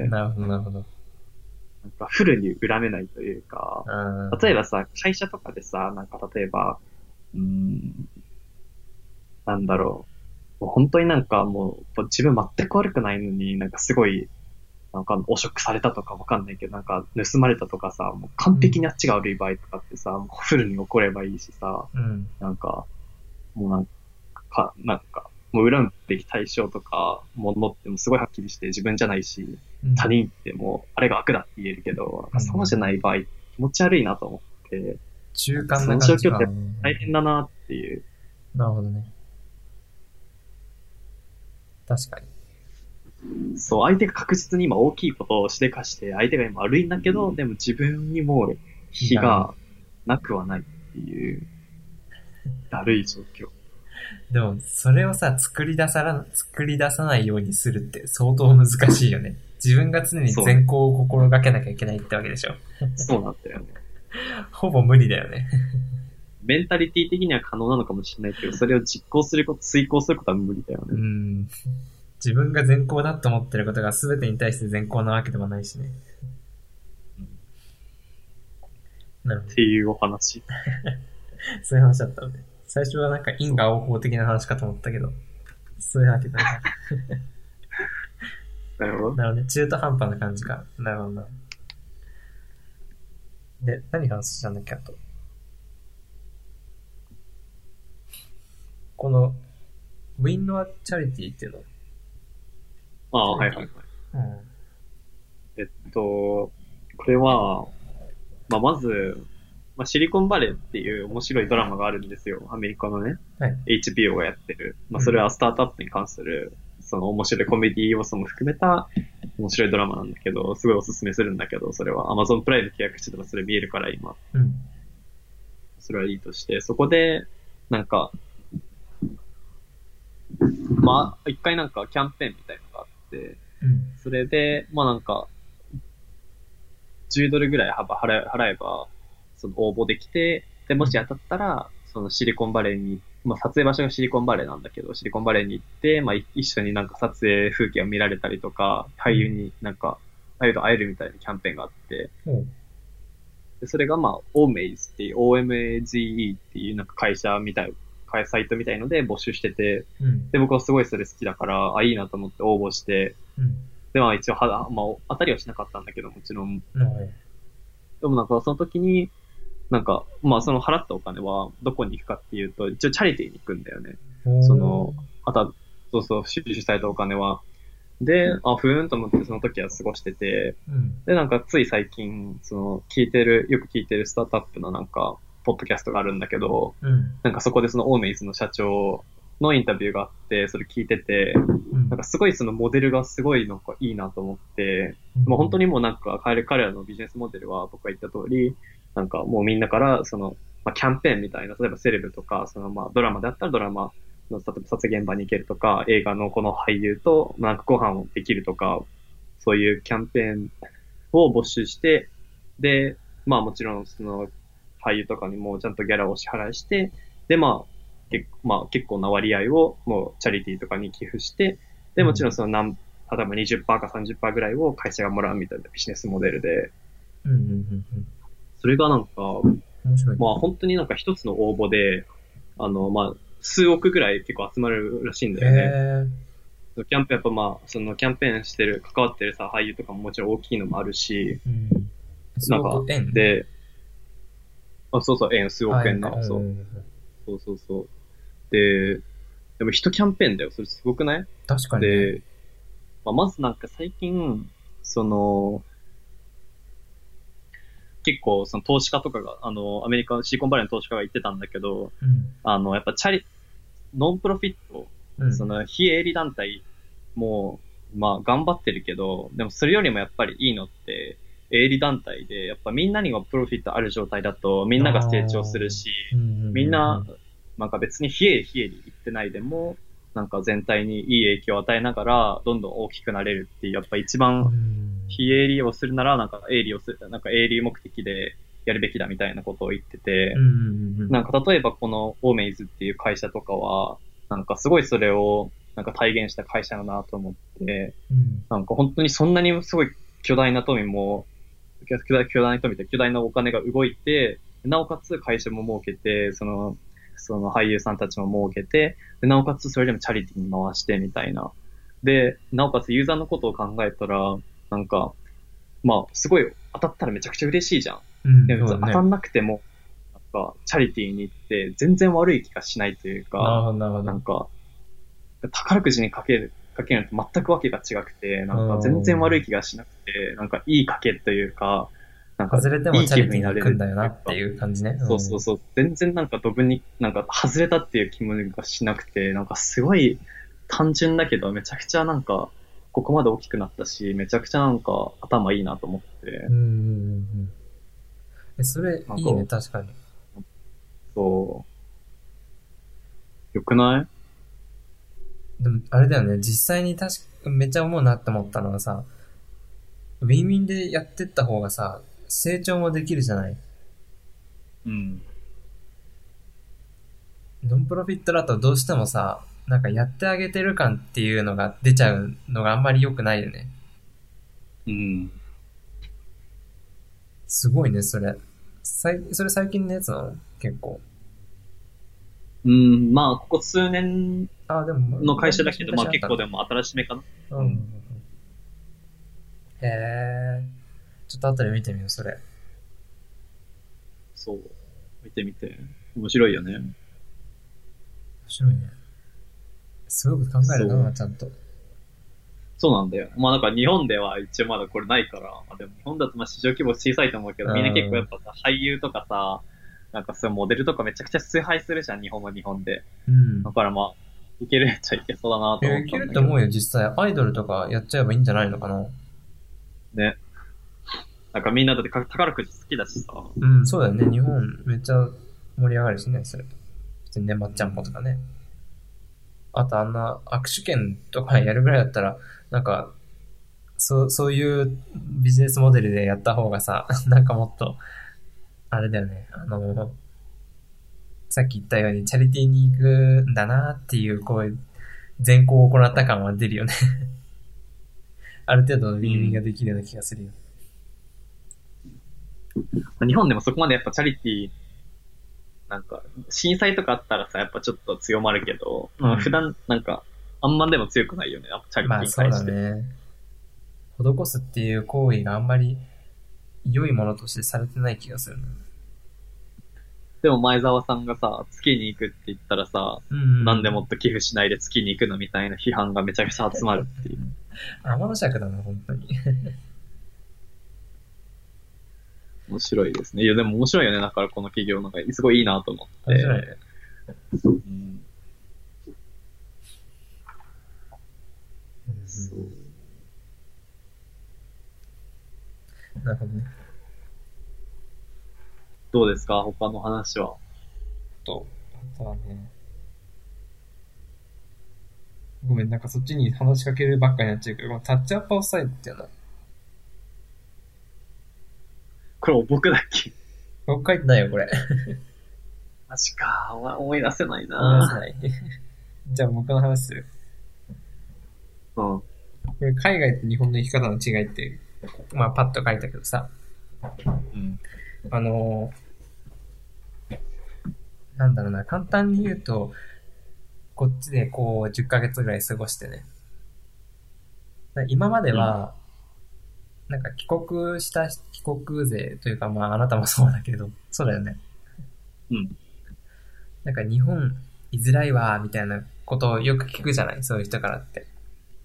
なるほど、なるほど。 なんかフルに恨めないというか、例えばさ、会社とかでさ、なんか例えば、うーん、なんだろう。もう本当になんかもう自分全く悪くないのになんかすごい、なんか汚職されたとかわかんないけど、なんか盗まれたとかさ、もう完璧にあっちが悪い場合とかってさ、もうフルに怒ればいいしさ、 うん、 なんか、もうなんか、なんか、もう恨むべき対象とか、ものってもすごいはっきりして自分じゃないし、うん、他人ってもう、あれが悪だって言えるけど、うん、そうじゃない場合、気持ち悪いなと思って、 中間な感じか。 その状況って大変だなっていう。 なるほどね。確かに。そう、相手が確実に今大きいことをしでかして、相手が今悪いんだけど、でも自分にも非がなくはないっていう、だるい状況。 でも、それをさ、作り出さら、作り出さないようにするって相当難しいよね。自分が常に善行を心がけなきゃいけないってわけでしょ。 そうなんだよね。 ほぼ無理だよね。 メンタリティ的には可能なのかもしれないけど、それを実行すること、遂行することは無理だよね。 うん。自分が善行だと思ってることが全てに対して善行なわけでもないしね。 うん、 なるほど。 っていうお話。 そういう話だったのね。最初はなんか因果応報的な話かと思ったけど、そういうわけだね。 なるほど。 なるほどね。中途半端な感じか。なるほどな。で、何話したんだっけ、あと。この、ウィンノアチャリティっていうの。 ああ、はいはいはい。 うん、 えっと、これは、まあ、まず、まあ、シリコンバレーっていう面白いドラマがあるんですよ。アメリカのね。 はい、 エイチビーオー がやってる。まあ、それはスタートアップに関する、その面白いコメディ要素も含めた面白いドラマなんだけど、すごいおすすめするんだけど、それは Amazon プライム契約してたらそれ見えるから今。 うん、 それはいいとして、そこで、なんか、まあ、一回なんかキャンペーンみたいなのがあって、 うん、 それで、まあなんか、じゅうドルぐらい払え払えば、その応募できて、で、もし当たったら、そのシリコンバレーに、まあ撮影場所がシリコンバレーなんだけど、シリコンバレーに行って、まあ一緒になんか撮影風景を見られたりとか、俳優になんか、俳優と会えるみたいなキャンペーンがあって、 うん、 で、それがまあ、オーメイズっていう、オーエムエージーイー っていうなんか会社みたい、会サイトみたいので募集してて、 うん。 で、僕はすごいそれ好きだから、あ、いいなと思って応募して、 うん。 で、まあ一応は、まあ、当たりはしなかったんだけど、もちろん。 うん。 でもなんかその時に、なんか、まあその払ったお金はどこに行くかっていうと、一応チャリティーに行くんだよね。その、あとは、そうそう、収集されたお金は。で、あ、ふーんと思ってその時は過ごしてて、 うん。 で、なんかつい最近、その、聞いてる、よく聞いてるスタートアップのなんか、ポッドキャストがあるんだけど、 うん。 なんかそこでそのオーメイズの社長のインタビューがあって、それ聞いてて、 うん。 なんかすごいそのモデルがすごいなんかいいなと思って、 うんもう本当にもうなんか彼彼らのビジネスモデルは僕が言った通り、なんかもうみんなからその、まあ、キャンペーンみたいな、例えばセレブとか、そのまあドラマであったらドラマの例えば撮影現場に行けるとか、映画のこの俳優となんかご飯をできるとか、そういうキャンペーンを募集して、で、まあもちろんその俳優とかにもちゃんとギャラを支払いして、でまあ、結まあ結構な割合をもうチャリティーとかに寄付して、でもちろんその何、例えばにじゅっパーセントかさんじゅっパーセントぐらいを会社がもらうみたいなビジネスモデルで、 うん。うん。うん。 それがなんか、 面白い。 まあ本当になんか一つの応募で、あの、まあ、数億ぐらい結構集まるらしいんだよね。 へキャンペーンやっぱまあ、そのキャンペーンしてる、関わってるさ、俳優とかももちろん大きいのもあるし、 ー。うん。すなんか、 ごく円で、あ、そうそう、円、数億円ね。 あ円か。うん。 そう。そうそうそう。で、でも一キャンペーンだよ。それすごくない？ 確かにね。 で、まあ、まずなんか最近、その、結構その投資家とかが、あの、アメリカのシリコンバレーの投資家が言ってたんだけど、 うん。 あの、やっぱチャリ、ノンプロフィット、 うん。 その非営利団体も、まあ頑張ってるけど、でもそれよりもやっぱりいいのって、営利団体で、やっぱみんなにはプロフィットある状態だと、みんなが成長するし、 うんうんうんみんな、なんか別に非営利非営利言ってないでも、なんか全体にいい影響を与えながら、どんどん大きくなれるっていう、やっぱ一う番ん。 非営利をするなら、なんか営利をする、なんか営利目的でやるべきだみたいなことを言ってて、 うんうんうん。 なんか例えばこのオーメイズっていう会社とかは、なんかすごいそれをなんか体現した会社だなと思って、 うん。 なんか本当にそんなにすごい巨大な富も、巨大巨大な富って巨大なお金が動いて、なおかつ会社も儲けて、その、その俳優さんたちも儲けて、でなおかつそれでもチャリティーに回してみたいな。で、なおかつユーザーのことを考えたら、なんか、まあ、すごい当たったらめちゃくちゃ嬉しいじゃん。 うん。 でもそうだね。 当たんなくても、なんか、チャリティーに行って全然悪い気がしないというか、 なるほど、なるほど。 なんか、宝くじにかける、かけるのと全くわけが違くて、なんか全然悪い気がしなくて、なんかいい賭けというか、なんか外れてもいい気チャリティーに分になれる行くんだよなっていうか、 っていう感じね。 そうそうそう、全然なんかドブに、なんか外れたっていう気分がしなくて、なんかすごい単純だけど、めちゃくちゃなんか、ここまで大きくなったし、めちゃくちゃなんか頭いいなと思ってて、 うん。うんうんうん。え、それなんか、 いいね、確かに。 そう、よくない？ でも、あれだよね、実際に確か、めっちゃ思うなって思ったのはさ、ウィンウィンでやってった方がさ、成長もできるじゃない。 うん。 ノンプロフィットだとどうしてもさ、なんかやってあげてる感っていうのが出ちゃうのがあんまり良くないよね。 うん。 すごいね、それ。さいそれ最近のやつなの結構。 うん、まあ、ここ数年あ、でも、 の会社だけど、まあ結構でも。 も新しめかな。 うん。へえ。ちょっと後で見てみよう、それ。面そう。見てみて。面白いよね。 白いね。すごく考えるな、 そう。 ちゃんと。 そうなんだよ。まあなんか日本では一応まだこれないから、まあでも日本だとまあ市場規模小さいと思うけど、 うみんな結構やっん。 ぱさ、俳優とかさ、なんかそういうモデルとかめちゃくちゃ崇拝するじゃん、日本は日本で。 うん。 だからまあ、いけるっちゃいけそうだなとえ、 思っいけたんだけど。 ると思うよ、実際。アイドルとかやっちゃえばいいんじゃないのかな。 ね。なんかみんなだってか宝くじ好きだしさ。 うん、そうだよね。日本めっちゃ盛り上がるしね、それ。普通にね、まっちゃんぽとかね。あとあんな握手券とかやるぐらいだったら、なんか、そう、そういうビジネスモデルでやった方がさ、なんかもっと、あれだよね。あの、さっき言ったようにチャリティーに行くんだなっていう、こういう善行を行った感は出るよね。ある程度のウィンウィンがうん。 できるような気がするよ。 日本でもそこまでやっぱチャリティー、なんか、震災とかあったらさ、やっぱちょっと強まるけど、 うんまあ、普段なんか、あんまでも強くないよね、やっぱチャリティーまあそうに対して。 だね。施すっていう行為があんまり良いものとしてされてない気がするな。 でも前澤さんがさ、月に行くって言ったらさ、 うんうん。 なんでもっと寄付しないで月に行くのみたいな批判がめちゃくちゃ集まるっていう。 天の尺だな、本当に。 面白いですね。いや、でも面白いよね。だからこの企業なんか、すごいいいなと思って。 面白いね。 うん、そう。 なるほどね。 どうですか他の話は。 と、あとはね。ごめん、なんかそっちに話しかけるばっかりになっちゃうけど、このタッチアップオフサイドっていうのは、 これ僕だっけ？ 僕書いてないよ、これ。 マジか。思い出せないな。 思い出せない。じゃあ僕の話する。 うん。 これ海外と日本の生き方の違いって、まあパッと書いたけどさ、 うん。 あのー、なんだろうな、簡単に言うと、こっちでこうじゅっかげつぐらい過ごしてね。今までは、なんか帰国した帰国税というか、まああなたもそうだけど、そうだよね。 うん。 なんか日本居づらいわ、みたいなことをよく聞くじゃない、そういう人からって。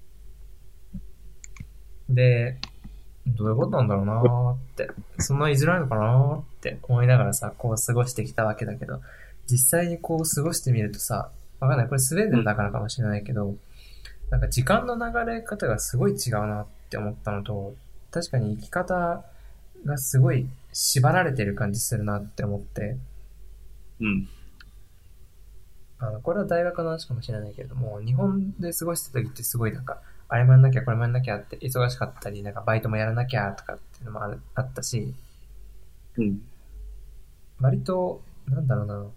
で、どういうことなんだろうなーって、そんな居づらいのかなーって思いながらさ、こう過ごしてきたわけだけど、実際にこう過ごしてみるとさ、わかんない、これスウェーデンだからかもしれないけど、なんか時間の流れ方がすごい違うなって思ったのと、確かに生き方がすごい縛られてる感じするなって思って、 うん。 あの、これは大学の話かもしれないけれども、日本で過ごした時ってすごいなんか、あれもやんなきゃこれもやんなきゃって忙しかったり、なんかバイトもやらなきゃとかっていうのもあるあったし、 うん。 割と、なんだろうな、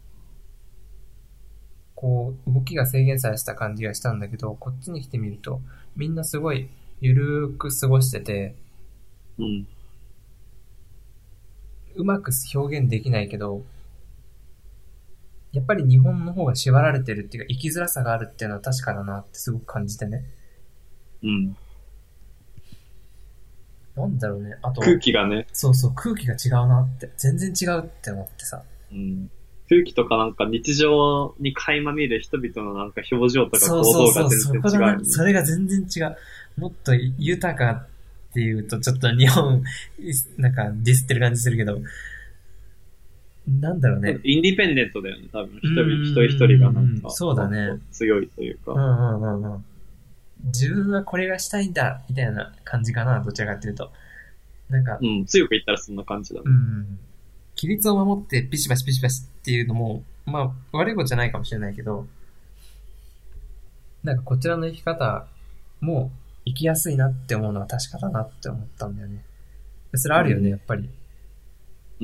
こう、動きが制限されてた感じがしたんだけど、こっちに来てみると、みんなすごいゆるーく過ごしてて、 うん。 うまく表現できないけど、やっぱり日本の方が縛られてるっていうか、生きづらさがあるっていうのは確かだなってすごく感じてね。 うん。 なんだろうね。あと、 空気がね。 そうそう、空気が違うなって。全然違うって思ってさ。 うん。空気とかなんか日常に垣間見る人々のなんか表情とか行動が全然違う、ね。そうそうそう、そこだな。 それが全然違う。もっと豊かっていうとちょっと日本、なんかディスってる感じするけど、なんだろうね。 インディペンデントだよね、多分。一人一人一人がなんか、 そうだね。 強いというか。 うんうんうんうん。自分はこれがしたいんだ、みたいな感じかな、どちらかっていうと。なんか、 うん、強く言ったらそんな感じだね。 うん。規律を守ってピシパシピシパシっていうのも、まあ、悪いことじゃないかもしれないけど、なんかこちらの生き方も生きやすいなって思うのは確かだなって思ったんだよね。それあるよね、うん、やっぱり。 うん。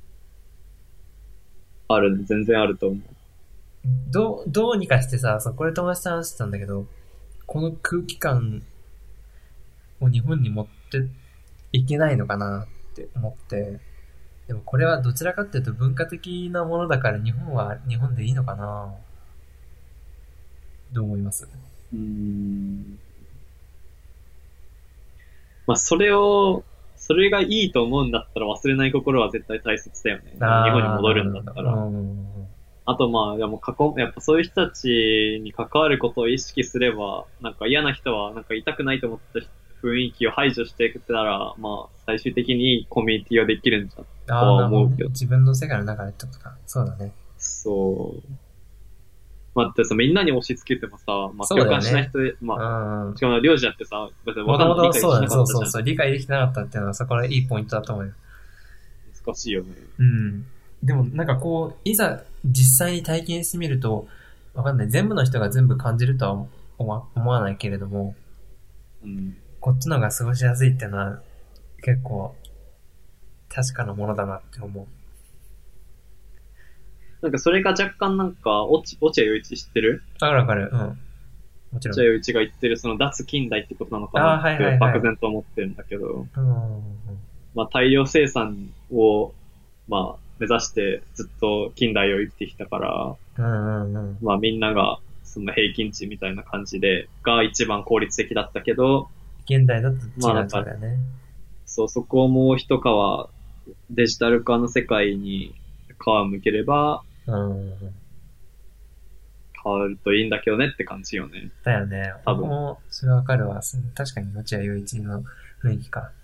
あるね、全然あると思う。 どう、どうにかしてさ、そう、これ友達と話してたんだけど、この空気感を日本に持っていけないのかなって思って、でもこれはどちらかっていうと文化的なものだから日本は日本でいいのかな。どう思います？ うーん。まあそれを、それがいいと思うんだったら忘れない心は絶対大切だよね。日本に戻るんだったら。あとまあ、でも過去、やっぱそういう人たちに関わることを意識すれば、なんか嫌な人はなんか痛くないと思った雰囲気を排除していくたら、まあ最終的にコミュニティはできるんじゃとは思うけど。 ね、自分の世界の中でってことか。そうだね。 そう。まあ、ってさ、みんなに押し付けてもさ、まあ、共感しない人で、ね、まあ、うん、しかも、りょうじだってさ、別に分かんない理解しなかったじゃん。 そうそうそう、理解できてなかったっていうのは、そこはいいポイントだと思うよ。 難しいよね。 うん。でも、なんかこう、いざ実際に体験してみると、わかんない。全部の人が全部感じるとは思わないけれども、 うん、 こっちの方が過ごしやすいっていうのは、結構、確かなものだなって思う。 なんかそれが若干なんか、落合陽一知ってる？ わかるわかる。うん。もちろん。 落合陽一が言ってるその脱近代ってことなのかなって漠然と思ってるんだけど、 うん、 まあ大量生産を、まあ、目指してずっと近代を生きてきたから、 うんうんうん。 まあみんながその平均値みたいな感じで、が一番効率的だったけど、 現代だと違うまあなんか、 そうだよね。 そう、そこをもう一皮デジタル化の世界に皮を向ければうんうんうん。 変わるといいんだけどねって感じよね。 だよね。 多分。 僕もそれわかるわ。す確かに落合陽一の雰囲気か。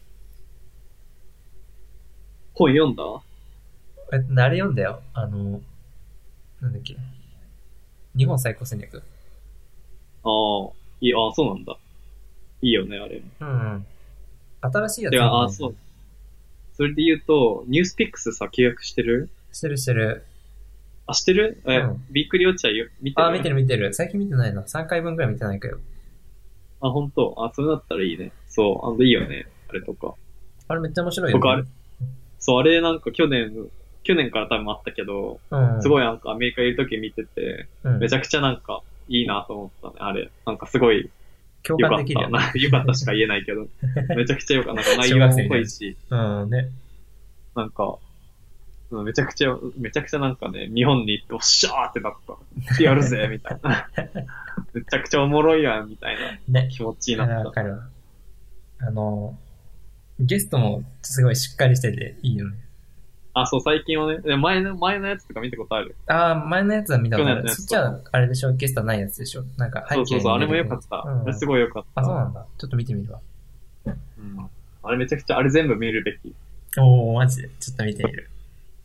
本読んだ？ え、あれ読んだよ。あの、なんだっけ。日本最高戦略。 ああ、いい、ああ、そうなんだ。いいよね、あれ。 うんうん。新しいやつてか、ああ、 読んだよね。 そう。それで言うと、ニュースピックスさ、契約してる？ してるしてる。 あ、してる？え、 うん。 びっくり落ちゃよ。見てあ、見てる？ る見てる。最近見てないな。さんかいぶんくらい見てないかよ。 あ、本当？あ、それだったらいいね。そう、あの、いいよね。あれとか。 あれめっちゃ面白いよ僕、あね。 れ、そう、あれなんか去年、去年から多分あったけど、 うんうん。 すごいなんかアメリカいる時見てて、 うん。 めちゃくちゃなんかいいなと思ったね、あれ。なんかすごい共良かった。 感できるよね。 な良かったしか言えないけど、めちゃくちゃ良かった。なんか内小容も学生みたい濃いし、 な。うんね。 なんか、うんめちゃくちゃ、めちゃくちゃなんかね、日本に行っておっしゃーってなった。行ってやるぜみたいな。めちゃくちゃおもろいやんみたいなね。 気持ちになあれった。 わかるわ。あの、ゲストもすごいしっかりしてていいよね。 あ、そう、最近はね、で前の、前のやつとか見たことある？ ああ、前のやつは見たこ去とある。 年のやつとか。 そっちは、あれでしょゲストないやつでしょなんか背そうそうそう、あれも景に出てくる。 良かった。 うん。 あれすごい良かっあ、そうた。 なんだ。ちょっと見てみるわ。 うん。あれめちゃくちゃ、あれ全部見るべき。 おー、マジで。ちょっと見てみる。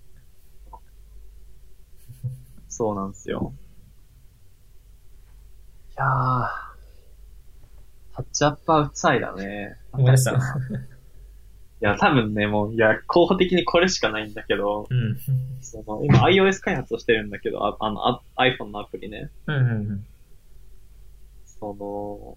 そうなんですよ。いやー、タッチアップアウトサイダーね。 思い出した。 いや、多分ね、もう、いや、候補的にこれしかないんだけど、 うん。 その、今 iOS 開発をしてるんだけど、ああの、あ iPhone のアプリね。 うんうんうん。 その、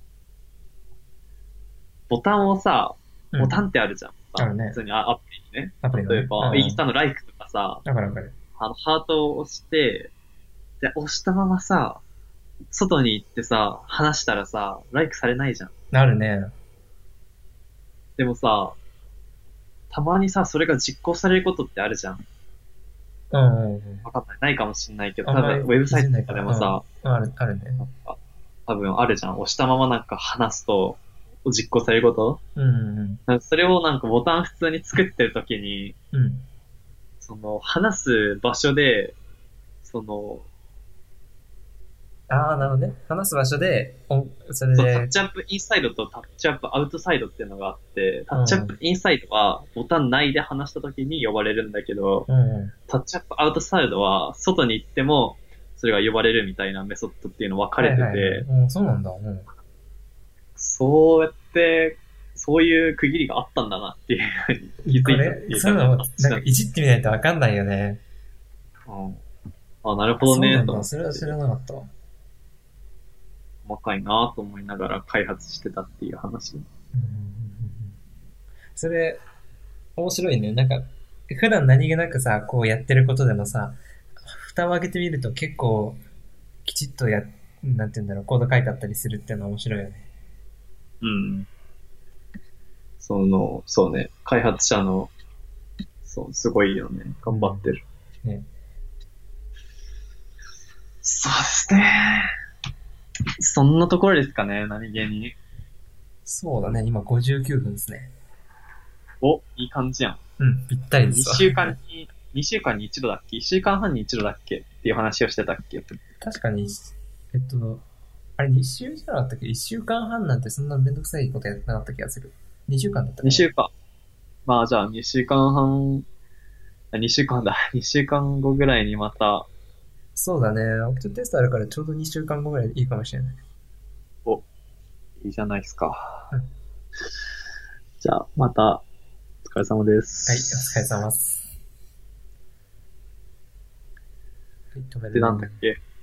ボタンをさ、 うんボタンってあるじゃん。 あるね普通にあアプリにね。 アプリのね。 例えば、 うんインスタのライクとかさ、 わかるわかる。 あの、ハートを押して、で、押したままさ、外に行ってさ、話したらさ、ライクされないじゃん。 あるね。 でもさ、たまにさ、それが実行されることってあるじゃん。 うんうんうん。 わかんない。ないかもしんないけど、 あんまり多分、ウェブサイトとかいじんないから。 でもさ、 うん。ある、あるね。 なんか、多分あるじゃん。押したままなんか話すと、実行されることうんうんなんかそれをなんかボタン普通に作ってるときに、 うん。うん。 その、話す場所で、その、 ああ、なるほどね。話す場所で、おそれそう、タッで、 チアップインサイドとタッチアップアウトサイドっていうのがあって、タうん。 ッチアップインサイドはボタン内で話したときに呼ばれるんだけど、 うんうん。 タッチアップアウトサイドは外に行ってもそれが呼ばれるみたいなメソッドっていうの分かれてて、 はいはいはい。うん、そうなんだ。うん。 そうやって、そういう区切りがあったんだなっていうふうに気こづいたってれ、 いうそういうのも、 か、 なんかいじってみないとわかんないよね。 うん、あ、なるあ、 ほどね、 そうなんだ。 と思って、 それは知らなかったわ。 細かいなと思いながら開発してたっていう話。 うんうんうんうん。それ、面白いね。なんか、普段何気なくさ、こうやってることでもさ、蓋を開けてみると結構、きちっとや、なんて言うんだろう、コード書いてあったりするっていうのは面白いよね。 うん。その、そうね、開発者の、そう、すごいよね。頑張ってる。 うん、ね。 そうですね。そんなところですかね、何気に。 そうだね、今ごじゅうきゅうふんですね。 お、いい感じやん。 うん、ぴったりで 2 すわ。 週間に、にしゅうかんに一度だっけ ?いっ 週間半に一度だっけっていう話をしてたっけ？ 確かに、えっと、あれに週じゃなかったっけ ?いっ 週間半なんてそんなめんどくさいことやってなかった気がする。にしゅうかんだったかな。 に週間。まあじゃあにしゅうかんはん、あにしゅうかんだ。にしゅうかんごぐらいにまた、 そうだね。オクトテストあるからちょうどにしゅうかんごぐらいでいいかもしれない。 お、いいじゃないですか。 うん、 じゃあ、また、お疲れ様ではい、おす。 疲れ様です。はい、止めるね。 で、なんだっけ